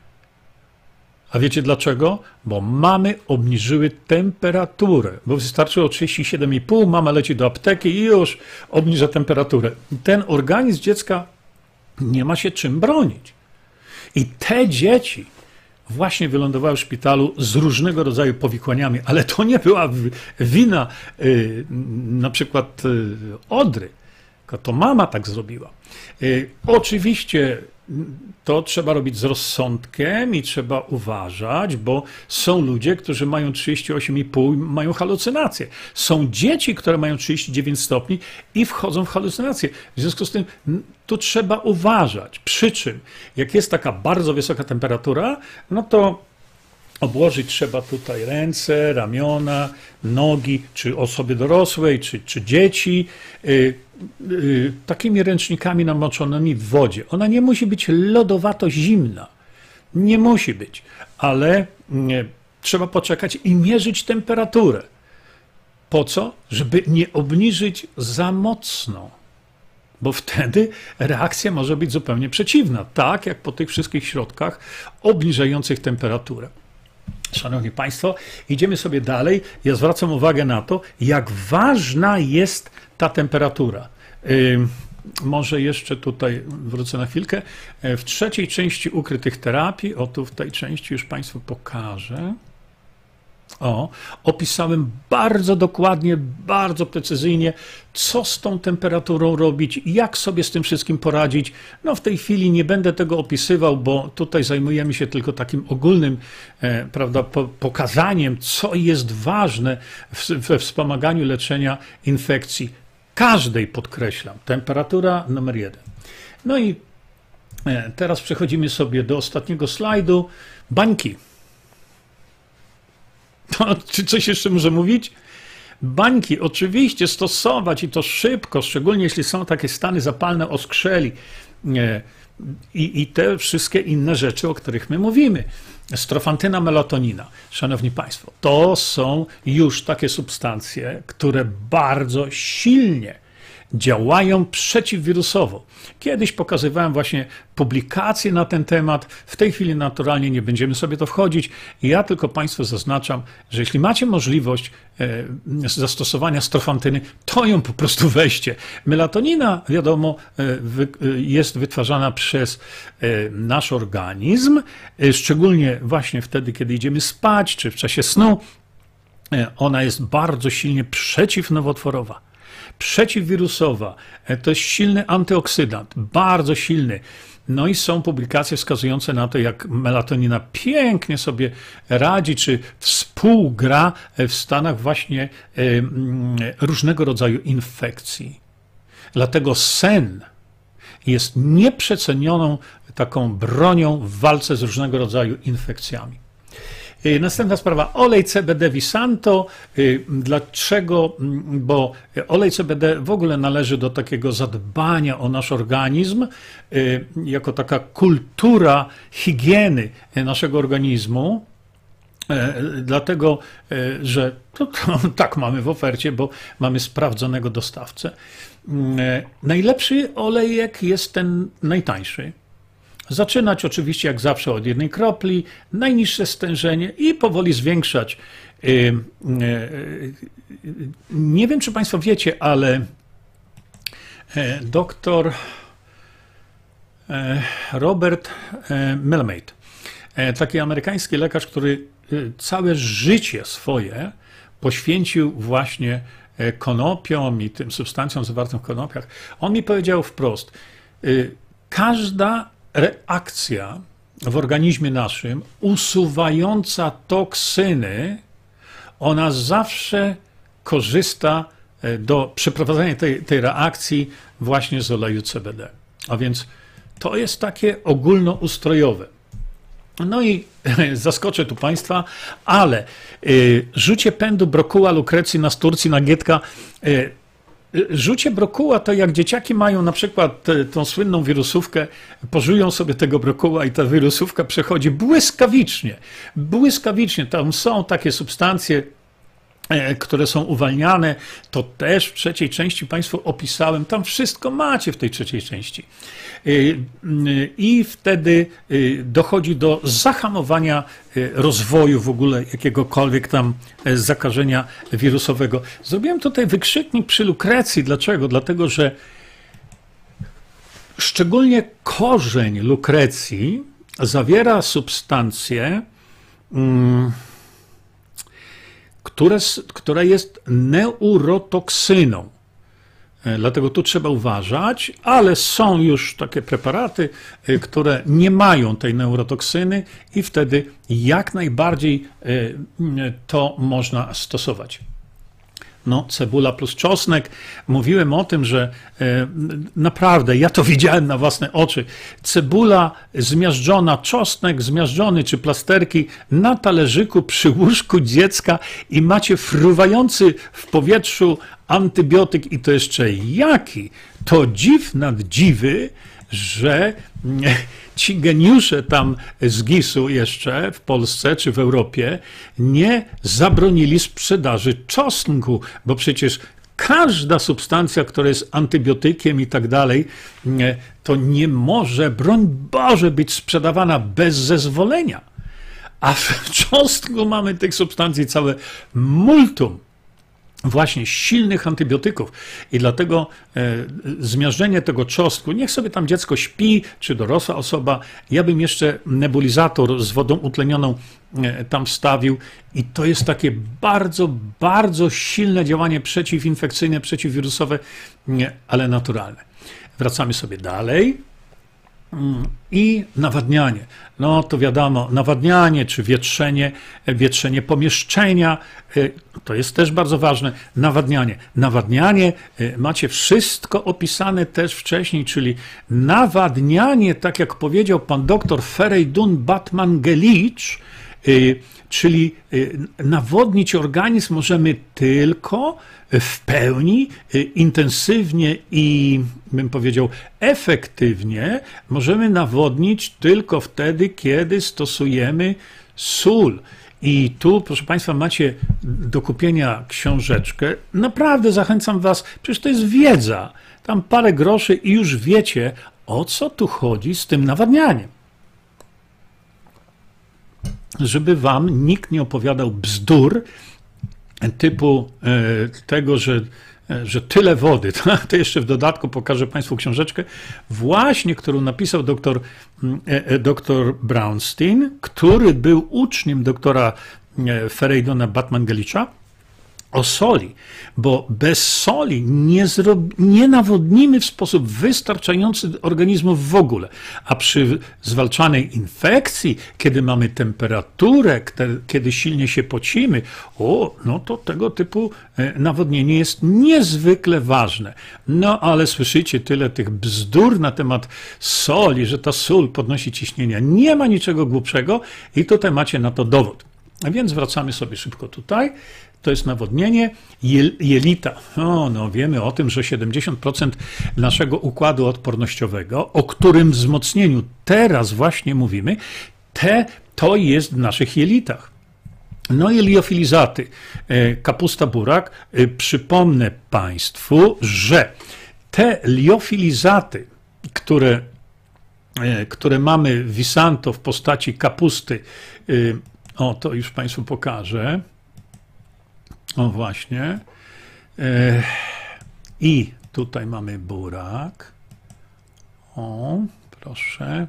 A wiecie dlaczego? Bo mamy obniżyły temperaturę, bo wystarczyło trzydzieści siedem i pół, mama leci do apteki i już obniża temperaturę. Ten organizm dziecka nie ma się czym bronić. I te dzieci właśnie wylądowały w szpitalu z różnego rodzaju powikłaniami, ale to nie była wina yy, na przykład yy, odry, tylko to mama tak zrobiła. Yy, oczywiście to trzeba robić z rozsądkiem i trzeba uważać, bo są ludzie, którzy mają trzydzieści osiem i pół i mają halucynacje. Są dzieci, które mają trzydzieści dziewięć stopni i wchodzą w halucynacje. W związku z tym tu trzeba uważać. Przy czym, jak jest taka bardzo wysoka temperatura, no to obłożyć trzeba tutaj ręce, ramiona, nogi, czy osoby dorosłej, czy, czy dzieci, yy, yy, takimi ręcznikami namoczonymi w wodzie. Ona nie musi być lodowato zimna. Nie musi być, ale yy, trzeba poczekać i mierzyć temperaturę. Po co? Żeby nie obniżyć za mocno. Bo wtedy reakcja może być zupełnie przeciwna, tak jak po tych wszystkich środkach obniżających temperaturę. Szanowni Państwo, idziemy sobie dalej. Ja zwracam uwagę na to, jak ważna jest ta temperatura. Yy, może jeszcze tutaj wrócę na chwilkę. W trzeciej części ukrytych terapii, o tu w tej części już Państwu pokażę. O, opisałem bardzo dokładnie, bardzo precyzyjnie, co z tą temperaturą robić, jak sobie z tym wszystkim poradzić. No w tej chwili nie będę tego opisywał, bo tutaj zajmujemy się tylko takim ogólnym, e, prawda, po, pokazaniem, co jest ważne w, we wspomaganiu leczenia infekcji. Każdej, podkreślam, temperatura numer jeden. No i e, teraz przechodzimy sobie do ostatniego slajdu. Bańki. To, czy coś jeszcze muszę mówić? Bańki oczywiście stosować i to szybko, szczególnie jeśli są takie stany zapalne oskrzeli i, i te wszystkie inne rzeczy, o których my mówimy. Strofantyna, melatonina. Szanowni Państwo, to są już takie substancje, które bardzo silnie działają przeciwwirusowo. Kiedyś pokazywałem właśnie publikacje na ten temat. W tej chwili naturalnie nie będziemy sobie to wchodzić. Ja tylko Państwu zaznaczam, że jeśli macie możliwość e, zastosowania strofantyny, to ją po prostu weźcie. Melatonina, wiadomo, e, wy, e, jest wytwarzana przez e, nasz organizm, e, szczególnie właśnie wtedy, kiedy idziemy spać, czy w czasie snu. E, ona jest bardzo silnie przeciwnowotworowa. Przeciwwirusowa, to jest silny antyoksydant, bardzo silny. No i są publikacje wskazujące na to, jak melatonina pięknie sobie radzi, czy współgra w stanach właśnie różnego rodzaju infekcji. Dlatego sen jest nieprzecenioną taką bronią w walce z różnego rodzaju infekcjami. Następna sprawa, olej C B D Visanto. Dlaczego? Bo olej C B D w ogóle należy do takiego zadbania o nasz organizm, jako taka kultura higieny naszego organizmu. Dlatego, że to, to, tak mamy w ofercie, bo mamy sprawdzonego dostawcę. Najlepszy olejek jest ten najtańszy. Zaczynać oczywiście jak zawsze od jednej kropli, najniższe stężenie i powoli zwiększać. Nie wiem, czy Państwo wiecie, ale doktor Robert Melamate, taki amerykański lekarz, który całe życie swoje poświęcił właśnie konopiom i tym substancjom zawartym w konopiach, on mi powiedział wprost, każda reakcja w organizmie naszym usuwająca toksyny, ona zawsze korzysta do przeprowadzenia tej, tej reakcji właśnie z oleju C B D. A więc to jest takie ogólnoustrojowe. No i zaskoczę tu Państwa, ale y, rzucie pędu brokuła Lukrecji na Sturcji na Gietka. Y, Rzucie brokuła to jak dzieciaki mają na przykład tą słynną wirusówkę, pożują sobie tego brokuła i ta wirusówka przechodzi błyskawicznie. Błyskawicznie. Tam są takie substancje, które są uwalniane. To też w trzeciej części Państwu opisałem. Tam wszystko macie w tej trzeciej części. I wtedy dochodzi do zahamowania rozwoju w ogóle jakiegokolwiek tam zakażenia wirusowego. Zrobiłem tutaj wykrzyknik przy Lukrecji. Dlaczego? Dlatego, że szczególnie korzeń Lukrecji zawiera substancje, które, która jest neurotoksyną. Dlatego tu trzeba uważać, ale są już takie preparaty, które nie mają tej neurotoksyny i wtedy jak najbardziej to można stosować. No, cebula plus czosnek. Mówiłem o tym, że e, naprawdę, ja to widziałem na własne oczy. Cebula zmiażdżona, czosnek zmiażdżony, czy plasterki na talerzyku przy łóżku dziecka i macie fruwający w powietrzu antybiotyk i to jeszcze jaki? To dziw nad dziwy, że ci geniusze tam z gisu jeszcze w Polsce czy w Europie nie zabronili sprzedaży czosnku, bo przecież każda substancja, która jest antybiotykiem i tak dalej, to nie może, broń Boże, być sprzedawana bez zezwolenia. A w czosnku mamy tych substancji całe multum. Właśnie silnych antybiotyków i dlatego e, zmiażdżenie tego czosnku, niech sobie tam dziecko śpi, czy dorosła osoba, ja bym jeszcze nebulizator z wodą utlenioną e, tam wstawił i to jest takie bardzo, bardzo silne działanie przeciwinfekcyjne, przeciwwirusowe, nie, ale naturalne. Wracamy sobie dalej. I nawadnianie. No to wiadomo, nawadnianie czy wietrzenie, wietrzenie pomieszczenia, to jest też bardzo ważne. Nawadnianie. Nawadnianie, macie wszystko opisane też wcześniej, czyli nawadnianie, tak jak powiedział pan doktor Fereydun Batmangelic, czyli nawodnić organizm możemy tylko w pełni, intensywnie i, bym powiedział, efektywnie możemy nawodnić tylko wtedy, kiedy stosujemy sól. I tu, proszę Państwa, macie do kupienia książeczkę. Naprawdę zachęcam Was, przecież to jest wiedza. Tam parę groszy i już wiecie, o co tu chodzi z tym nawadnianiem. Żeby Wam nikt nie opowiadał bzdur typu tego, że, że tyle wody, to jeszcze w dodatku pokażę Państwu książeczkę, właśnie, którą napisał doktor, doktor Brownstein, który był uczniem doktora Fereyduna Batmangelicza o soli, bo bez soli nie, nie nawodnimy w sposób wystarczający organizmów w ogóle, a przy zwalczanej infekcji, kiedy mamy temperaturę, kiedy silnie się pocimy, o, no to tego typu nawodnienie jest niezwykle ważne. No ale słyszycie tyle tych bzdur na temat soli, że ta sól podnosi ciśnienia. Nie ma niczego głupszego i tutaj macie na to dowód. A więc wracamy sobie szybko tutaj. To jest nawodnienie jelita. O, no wiemy o tym, że siedemdziesiąt procent naszego układu odpornościowego, o którym wzmocnieniu teraz właśnie mówimy, te, to jest w naszych jelitach. No i liofilizaty, kapusta, burak. Przypomnę Państwu, że te liofilizaty, które, które mamy w Visanto w postaci kapusty, o, to już Państwu pokażę. O właśnie. I tutaj mamy burak. O, proszę.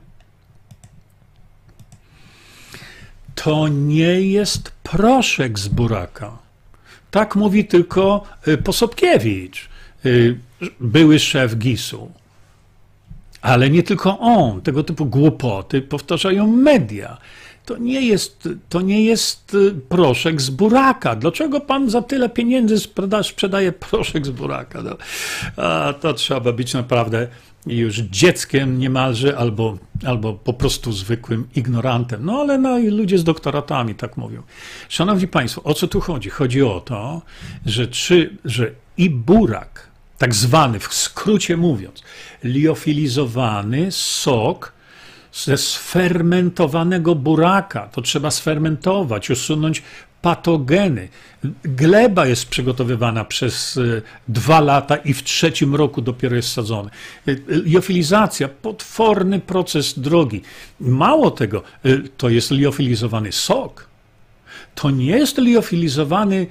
To nie jest proszek z buraka. Tak mówi tylko Posobkiewicz, były szef gisu. Ale nie tylko on. Tego typu głupoty powtarzają media. To nie jest, to nie jest proszek z buraka. Dlaczego pan za tyle pieniędzy sprzeda, sprzedaje proszek z buraka? No, a to trzeba być naprawdę już dzieckiem niemalże, albo, albo po prostu zwykłym ignorantem. No ale no, i ludzie z doktoratami tak mówią. Szanowni Państwo, o co tu chodzi? Chodzi o to, że, czy, że i burak, tak zwany, w skrócie mówiąc, liofilizowany sok ze sfermentowanego buraka, to trzeba sfermentować, usunąć patogeny. Gleba jest przygotowywana przez dwa lata i w trzecim roku dopiero jest sadzony. Liofilizacja, potworny proces drogi. Mało tego, to jest liofilizowany sok. To nie jest liofilizowany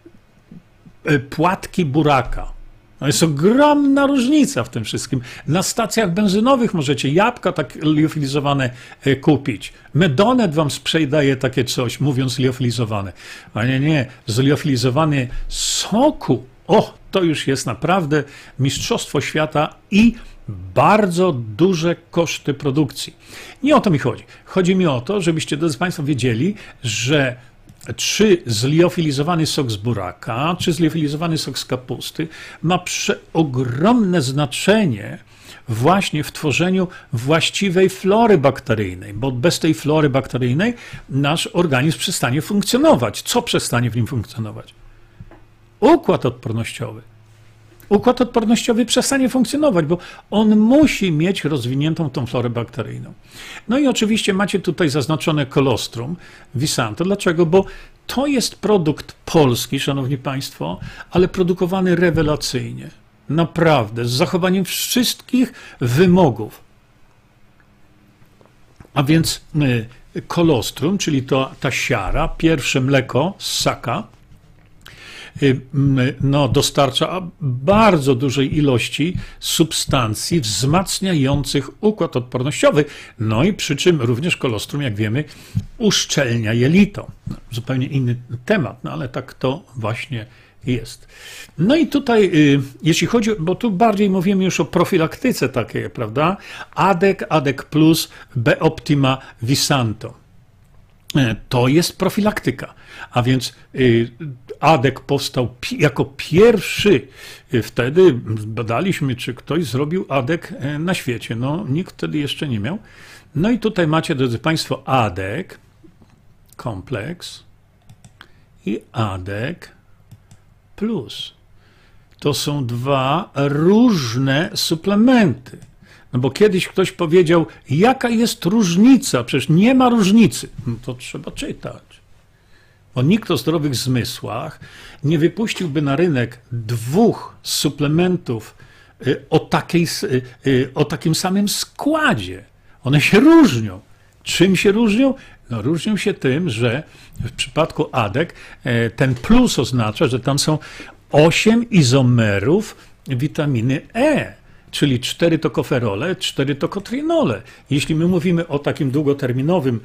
płatki buraka. No jest ogromna różnica w tym wszystkim. Na stacjach benzynowych możecie jabłka tak liofilizowane kupić. Medonet wam sprzedaje takie coś, mówiąc liofilizowane. A nie, nie, zliofilizowany soku. O, to już jest naprawdę mistrzostwo świata i bardzo duże koszty produkcji. Nie o to mi chodzi. Chodzi mi o to, żebyście, drodzy Państwo, wiedzieli, że czy zliofilizowany sok z buraka, czy zliofilizowany sok z kapusty ma przeogromne znaczenie właśnie w tworzeniu właściwej flory bakteryjnej, bo bez tej flory bakteryjnej nasz organizm przestanie funkcjonować. Co przestanie w nim funkcjonować? Układ odpornościowy. Układ odpornościowy przestanie funkcjonować, bo on musi mieć rozwiniętą tą florę bakteryjną. No i oczywiście macie tutaj zaznaczone kolostrum Visanto. Dlaczego? Bo to jest produkt polski, szanowni Państwo, ale produkowany rewelacyjnie. Naprawdę, z zachowaniem wszystkich wymogów. A więc kolostrum, czyli to, ta siara, pierwsze mleko z ssaka, no, dostarcza bardzo dużej ilości substancji wzmacniających układ odpornościowy, no i przy czym również kolostrum, jak wiemy, uszczelnia jelito. No, zupełnie inny temat, no ale tak to właśnie jest. No i tutaj, jeśli chodzi, bo tu bardziej mówimy już o profilaktyce takiej, prawda? Adek, Adek Plus, B-Optima, Visanto. To jest profilaktyka, a więc Adek powstał jako pierwszy. Wtedy badaliśmy, czy ktoś zrobił Adek na świecie. No, nikt wtedy jeszcze nie miał. No i tutaj macie, drodzy Państwo, Adek, kompleks i Adek Plus. To są dwa różne suplementy. No bo kiedyś ktoś powiedział, jaka jest różnica? Przecież nie ma różnicy. No to trzeba czytać. Bo nikt o zdrowych zmysłach nie wypuściłby na rynek dwóch suplementów o, takiej, o takim samym składzie. One się różnią. Czym się różnią? No różnią się tym, że w przypadku Adek ten plus oznacza, że tam są osiem izomerów witaminy E. czyli cztery tokoferole, cztery tokotrinole. Jeśli my mówimy o takim długoterminowym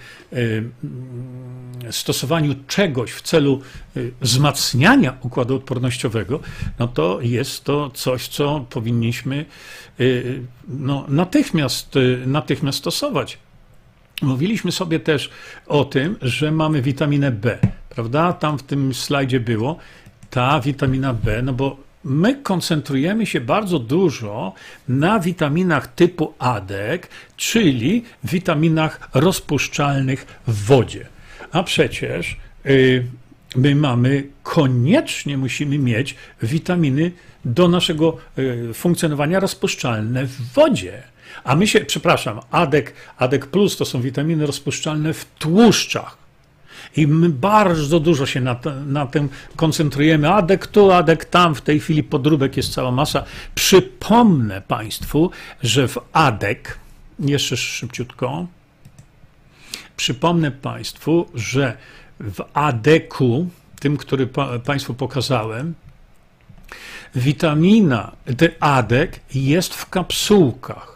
stosowaniu czegoś w celu wzmacniania układu odpornościowego, no to jest to coś, co powinniśmy no, natychmiast, natychmiast stosować. Mówiliśmy sobie też o tym, że mamy witaminę B, prawda? Tam w tym slajdzie było ta witamina B, no bo my koncentrujemy się bardzo dużo na witaminach typu A D E K, czyli witaminach rozpuszczalnych w wodzie. A przecież yy, my mamy, koniecznie musimy mieć witaminy do naszego yy, funkcjonowania rozpuszczalne w wodzie. A my się, przepraszam, A D E K, A D E K plus to są witaminy rozpuszczalne w tłuszczach. I my bardzo dużo się na, to, na tym koncentrujemy. A D E K tu, A D E K tam, w tej chwili podróbek jest cała masa. Przypomnę Państwu, że w A D E K, jeszcze szybciutko, przypomnę Państwu, że w A D E K-u, tym, który pa, Państwu pokazałem, witamina A D E K jest w kapsułkach.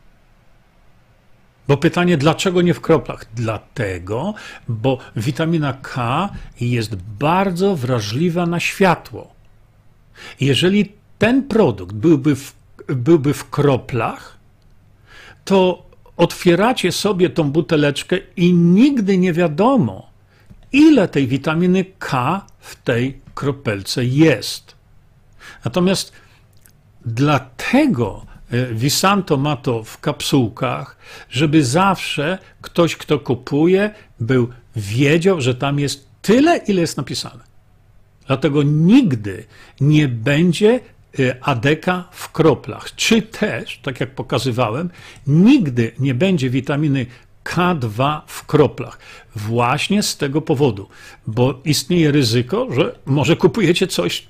Bo pytanie, dlaczego nie w kroplach? Dlatego, bo witamina K jest bardzo wrażliwa na światło. Jeżeli ten produkt byłby w, byłby w kroplach, to otwieracie sobie tą buteleczkę i nigdy nie wiadomo, ile tej witaminy K w tej kropelce jest. Natomiast dlatego Visanto ma to w kapsułkach, żeby zawsze ktoś, kto kupuje, był wiedział, że tam jest tyle, ile jest napisane. Dlatego nigdy nie będzie A D E K w kroplach. Czy też, tak jak pokazywałem, nigdy nie będzie witaminy K dwa w kroplach. Właśnie z tego powodu, bo istnieje ryzyko, że może kupujecie coś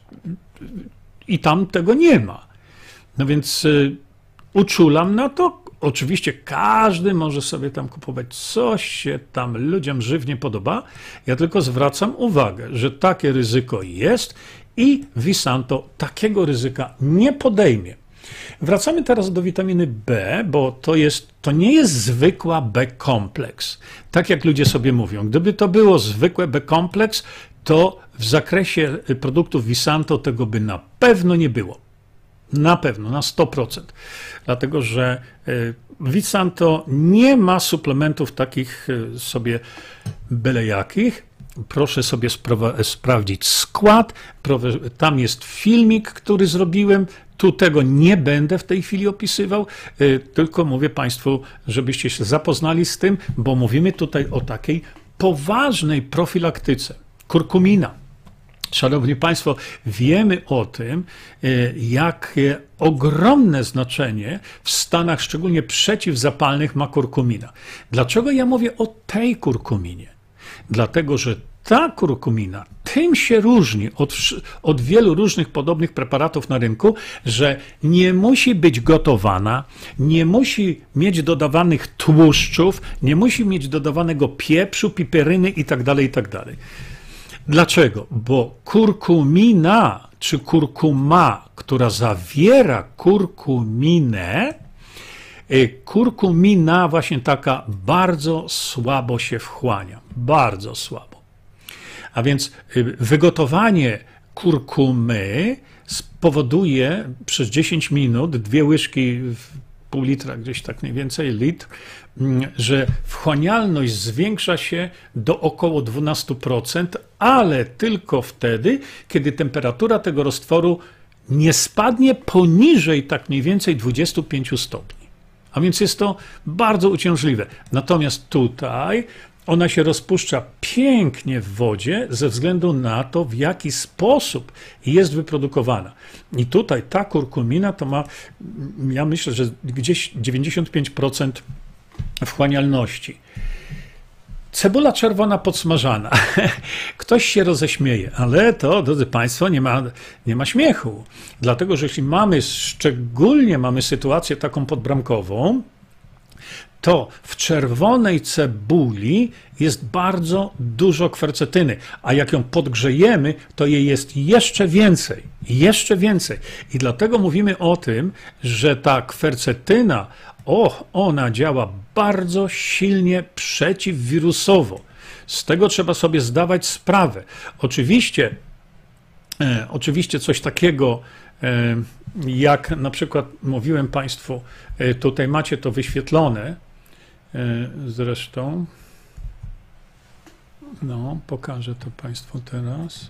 i tam tego nie ma. No więc y, uczulam na to. Oczywiście każdy może sobie tam kupować, coś się tam ludziom żywnie podoba. Ja tylko zwracam uwagę, że takie ryzyko jest i Visanto takiego ryzyka nie podejmie. Wracamy teraz do witaminy B, bo to, jest, to nie jest zwykła B-kompleks. Tak jak ludzie sobie mówią, gdyby to było zwykłe B-kompleks, to w zakresie produktów Visanto tego by na pewno nie było. Na pewno, na sto procent. Dlatego, że Visanto nie ma suplementów takich sobie byle jakich. Proszę sobie sprawdzić skład. Tam jest filmik, który zrobiłem. Tu tego nie będę w tej chwili opisywał, tylko mówię Państwu, żebyście się zapoznali z tym, bo mówimy tutaj o takiej poważnej profilaktyce. Kurkumina. Szanowni Państwo, wiemy o tym, jakie ogromne znaczenie w stanach szczególnie przeciwzapalnych ma kurkumina. Dlaczego ja mówię o tej kurkuminie? Dlatego, że ta kurkumina tym się różni od, od wielu różnych podobnych preparatów na rynku, że nie musi być gotowana, nie musi mieć dodawanych tłuszczów, nie musi mieć dodawanego pieprzu, piperyny itd., itd. Dlaczego? Bo kurkumina, czy kurkuma, która zawiera kurkuminę, kurkumina właśnie taka bardzo słabo się wchłania, bardzo słabo. A więc wygotowanie kurkumy spowoduje przez dziesięć minut, dwie łyżki, pół litra, gdzieś tak mniej więcej, litr, że wchłanialność zwiększa się do około dwanaście procent, ale tylko wtedy, kiedy temperatura tego roztworu nie spadnie poniżej tak mniej więcej dwudziestu pięciu stopni. A więc jest to bardzo uciążliwe. Natomiast tutaj ona się rozpuszcza pięknie w wodzie ze względu na to, w jaki sposób jest wyprodukowana. I tutaj ta kurkumina to ma, ja myślę, że gdzieś dziewięćdziesiąt pięć procent wchłanialności. Cebula czerwona podsmażana. Ktoś się roześmieje, ale to, drodzy Państwo, nie ma, nie ma śmiechu. Dlatego, że jeśli mamy, szczególnie mamy sytuację taką podbramkową, to w czerwonej cebuli jest bardzo dużo kwercetyny, a jak ją podgrzejemy, to jej jest jeszcze więcej, jeszcze więcej. I dlatego mówimy o tym, że ta kwercetyna, o, ona działa bardzo silnie przeciwwirusowo. Z tego trzeba sobie zdawać sprawę. Oczywiście, e, oczywiście coś takiego, e, jak na przykład mówiłem Państwu, e, tutaj macie to wyświetlone, e, zresztą, no, pokażę to Państwu teraz.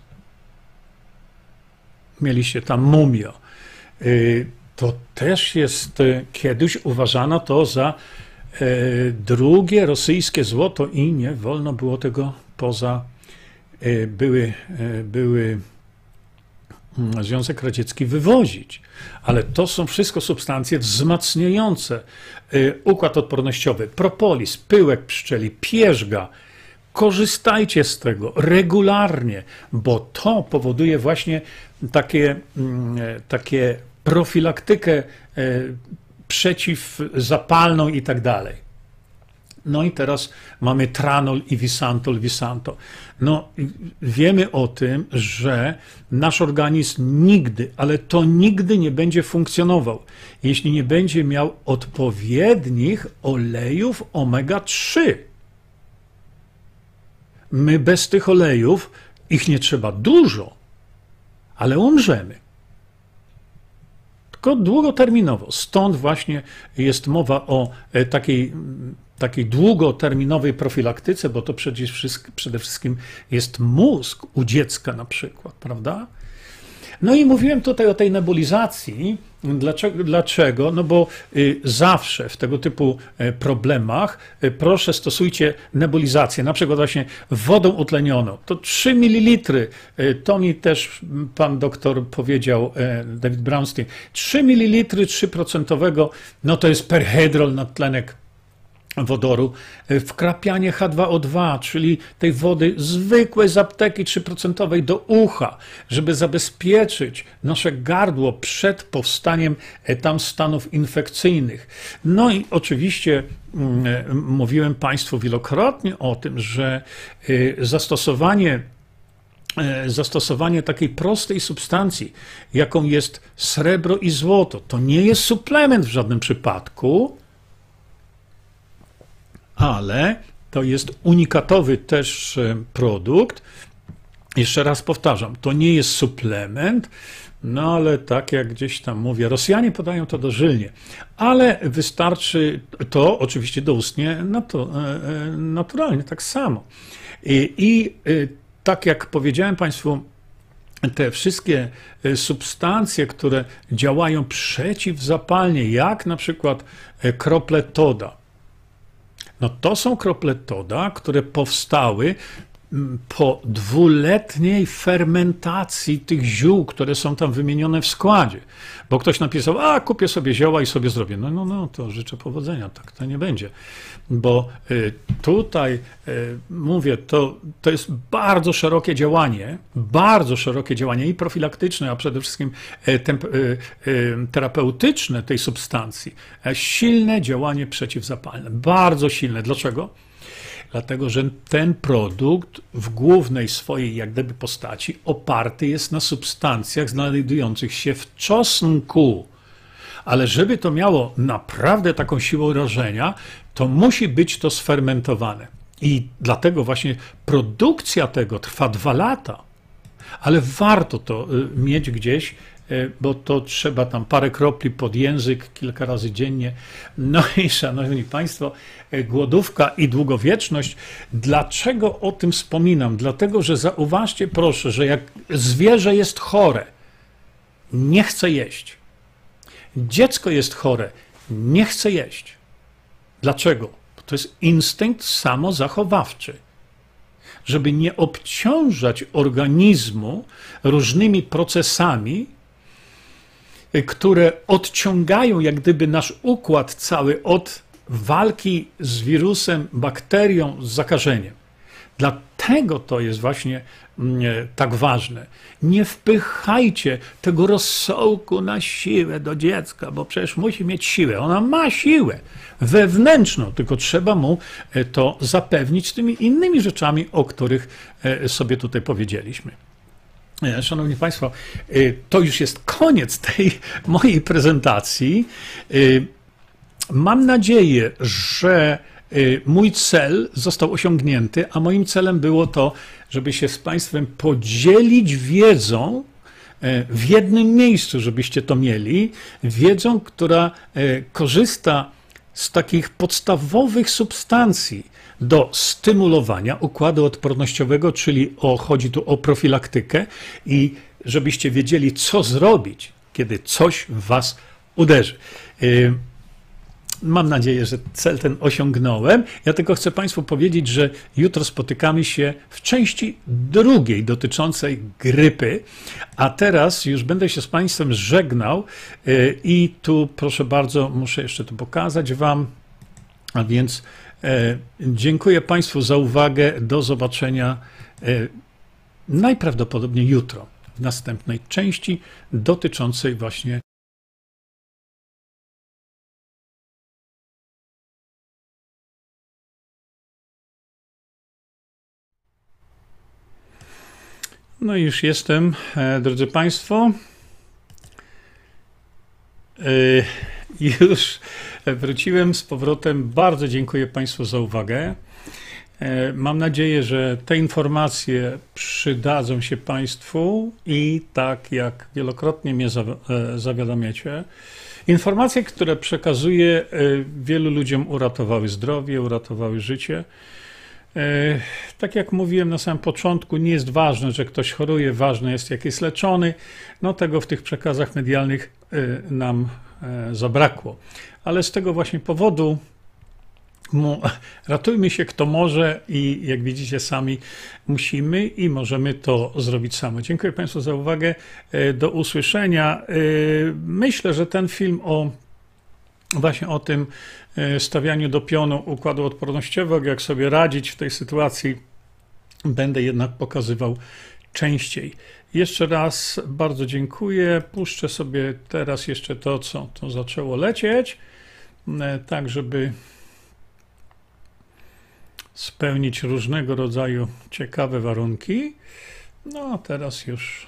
Mieliście tam mumia. E, to też jest, e, kiedyś uważano to za drugie rosyjskie złoto i nie wolno było tego poza były, były Związek Radziecki wywozić. Ale to są wszystko substancje wzmacniające układ odpornościowy. Propolis, pyłek pszczeli, pierzga. Korzystajcie z tego regularnie, bo to powoduje właśnie takie, takie profilaktykę przeciwzapalną i tak dalej. No i teraz mamy tranol i visantol, visanto. No wiemy o tym, że nasz organizm nigdy, ale to nigdy nie będzie funkcjonował, jeśli nie będzie miał odpowiednich olejów omega trzy. My bez tych olejów, ich nie trzeba dużo, ale umrzemy. Tylko długoterminowo. Stąd właśnie jest mowa o takiej, takiej długoterminowej profilaktyce, bo to przecież wszystko, przede wszystkim jest mózg u dziecka na przykład, prawda? No i mówiłem tutaj o tej nebulizacji. Dlaczego? Dlaczego? No bo zawsze w tego typu problemach proszę stosujcie nebulizację, na przykład właśnie wodą utlenioną. To trzy mililitry, to mi też pan doktor powiedział, David Brownstein, trzy mililitry trzy procent, no to jest perhydrol nadtlenek wodoru, wkrapianie H dwa O dwa, czyli tej wody zwykłej z apteki trzy procent do ucha, żeby zabezpieczyć nasze gardło przed powstaniem tam stanów infekcyjnych. No i oczywiście mm, mówiłem Państwu wielokrotnie o tym, że y, zastosowanie zastosowanie takiej prostej substancji, jaką jest srebro i złoto, to nie jest suplement w żadnym przypadku, ale to jest unikatowy też produkt. Jeszcze raz powtarzam, to nie jest suplement, no ale tak jak gdzieś tam mówię, Rosjanie podają to dożylnie, ale wystarczy to oczywiście doustnie naturalnie, tak samo. I, i tak jak powiedziałem Państwu, te wszystkie substancje, które działają przeciwzapalnie, jak na przykład krople Toda, no to są krople Toda, które powstały po dwuletniej fermentacji tych ziół, które są tam wymienione w składzie. Bo ktoś napisał, a kupię sobie zioła i sobie zrobię. No, no, no, to życzę powodzenia, tak to nie będzie. Bo y, tutaj, y, mówię, to, to jest bardzo szerokie działanie, bardzo szerokie działanie i profilaktyczne, a przede wszystkim y, temp, y, y, terapeutyczne tej substancji. Silne działanie przeciwzapalne, bardzo silne. Dlaczego? Dlatego, że ten produkt w głównej swojej jak gdyby postaci oparty jest na substancjach znajdujących się w czosnku. Ale żeby to miało naprawdę taką siłę rażenia, to musi być to sfermentowane. I dlatego właśnie produkcja tego trwa dwa lata. Ale warto to mieć gdzieś, bo to trzeba tam parę kropli pod język kilka razy dziennie. No i szanowni Państwo, głodówka i długowieczność. Dlaczego o tym wspominam? Dlatego, że zauważcie proszę, że jak zwierzę jest chore, nie chce jeść. Dziecko jest chore, nie chce jeść. Dlaczego? Bo to jest instynkt samozachowawczy. Żeby nie obciążać organizmu różnymi procesami, które odciągają jak gdyby nasz układ cały od walki z wirusem, bakterią, z zakażeniem. Dlatego to jest właśnie tak ważne. Nie wpychajcie tego rozsołku na siłę do dziecka, bo przecież musi mieć siłę. Ona ma siłę wewnętrzną, tylko trzeba mu to zapewnić tymi innymi rzeczami, o których sobie tutaj powiedzieliśmy. Szanowni Państwo, to już jest koniec tej mojej prezentacji. Mam nadzieję, że mój cel został osiągnięty, a moim celem było to, żeby się z Państwem podzielić wiedzą w jednym miejscu, żebyście to mieli, wiedzą, która korzysta z takich podstawowych substancji do stymulowania układu odpornościowego, czyli o, chodzi tu o profilaktykę i żebyście wiedzieli, co zrobić, kiedy coś w Was uderzy. Mam nadzieję, że cel ten osiągnąłem. Ja tylko chcę Państwu powiedzieć, że jutro spotykamy się w części drugiej dotyczącej grypy, a teraz już będę się z Państwem żegnał i tu proszę bardzo, muszę jeszcze to pokazać Wam, a więc dziękuję Państwu za uwagę. Do zobaczenia najprawdopodobniej jutro w następnej części dotyczącej właśnie No i już jestem, drodzy Państwo. Już wróciłem z powrotem. Bardzo dziękuję Państwu za uwagę. Mam nadzieję, że te informacje przydadzą się Państwu i tak jak wielokrotnie mnie zawiadamiacie, informacje, które przekazuję, wielu ludziom uratowały zdrowie, uratowały życie. Tak jak mówiłem na samym początku, nie jest ważne, że ktoś choruje, ważne jest, jak jest leczony. No tego w tych przekazach medialnych nam zabrakło. Ale z tego właśnie powodu ratujmy się kto może i jak widzicie sami musimy i możemy to zrobić sami. Dziękuję Państwu za uwagę. Do usłyszenia. Myślę, że ten film o właśnie o tym stawianiu do pionu układu odpornościowego, jak sobie radzić w tej sytuacji, będę jednak pokazywał częściej. Jeszcze raz bardzo dziękuję. Puszczę sobie teraz jeszcze to, co to zaczęło lecieć, tak żeby spełnić różnego rodzaju ciekawe warunki. No a teraz już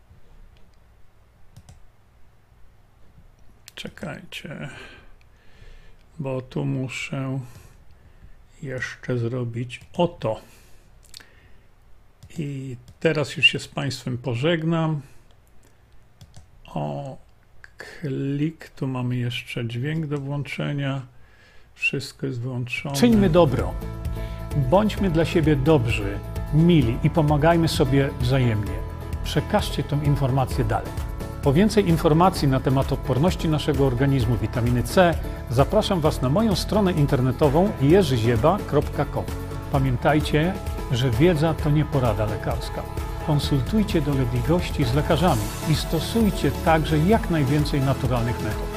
czekajcie, bo tu muszę jeszcze zrobić oto. I teraz już się z Państwem pożegnam. O, klik, tu mamy jeszcze dźwięk do włączenia. Wszystko jest wyłączone. Czyńmy dobro. Bądźmy dla siebie dobrzy, mili i pomagajmy sobie wzajemnie. Przekażcie tę informację dalej. Po więcej informacji na temat odporności naszego organizmu, witaminy C, zapraszam Was na moją stronę internetową jerzy zieba kropka com. Pamiętajcie, że wiedza to nie porada lekarska. Konsultujcie dolegliwości z lekarzami i stosujcie także jak najwięcej naturalnych metod.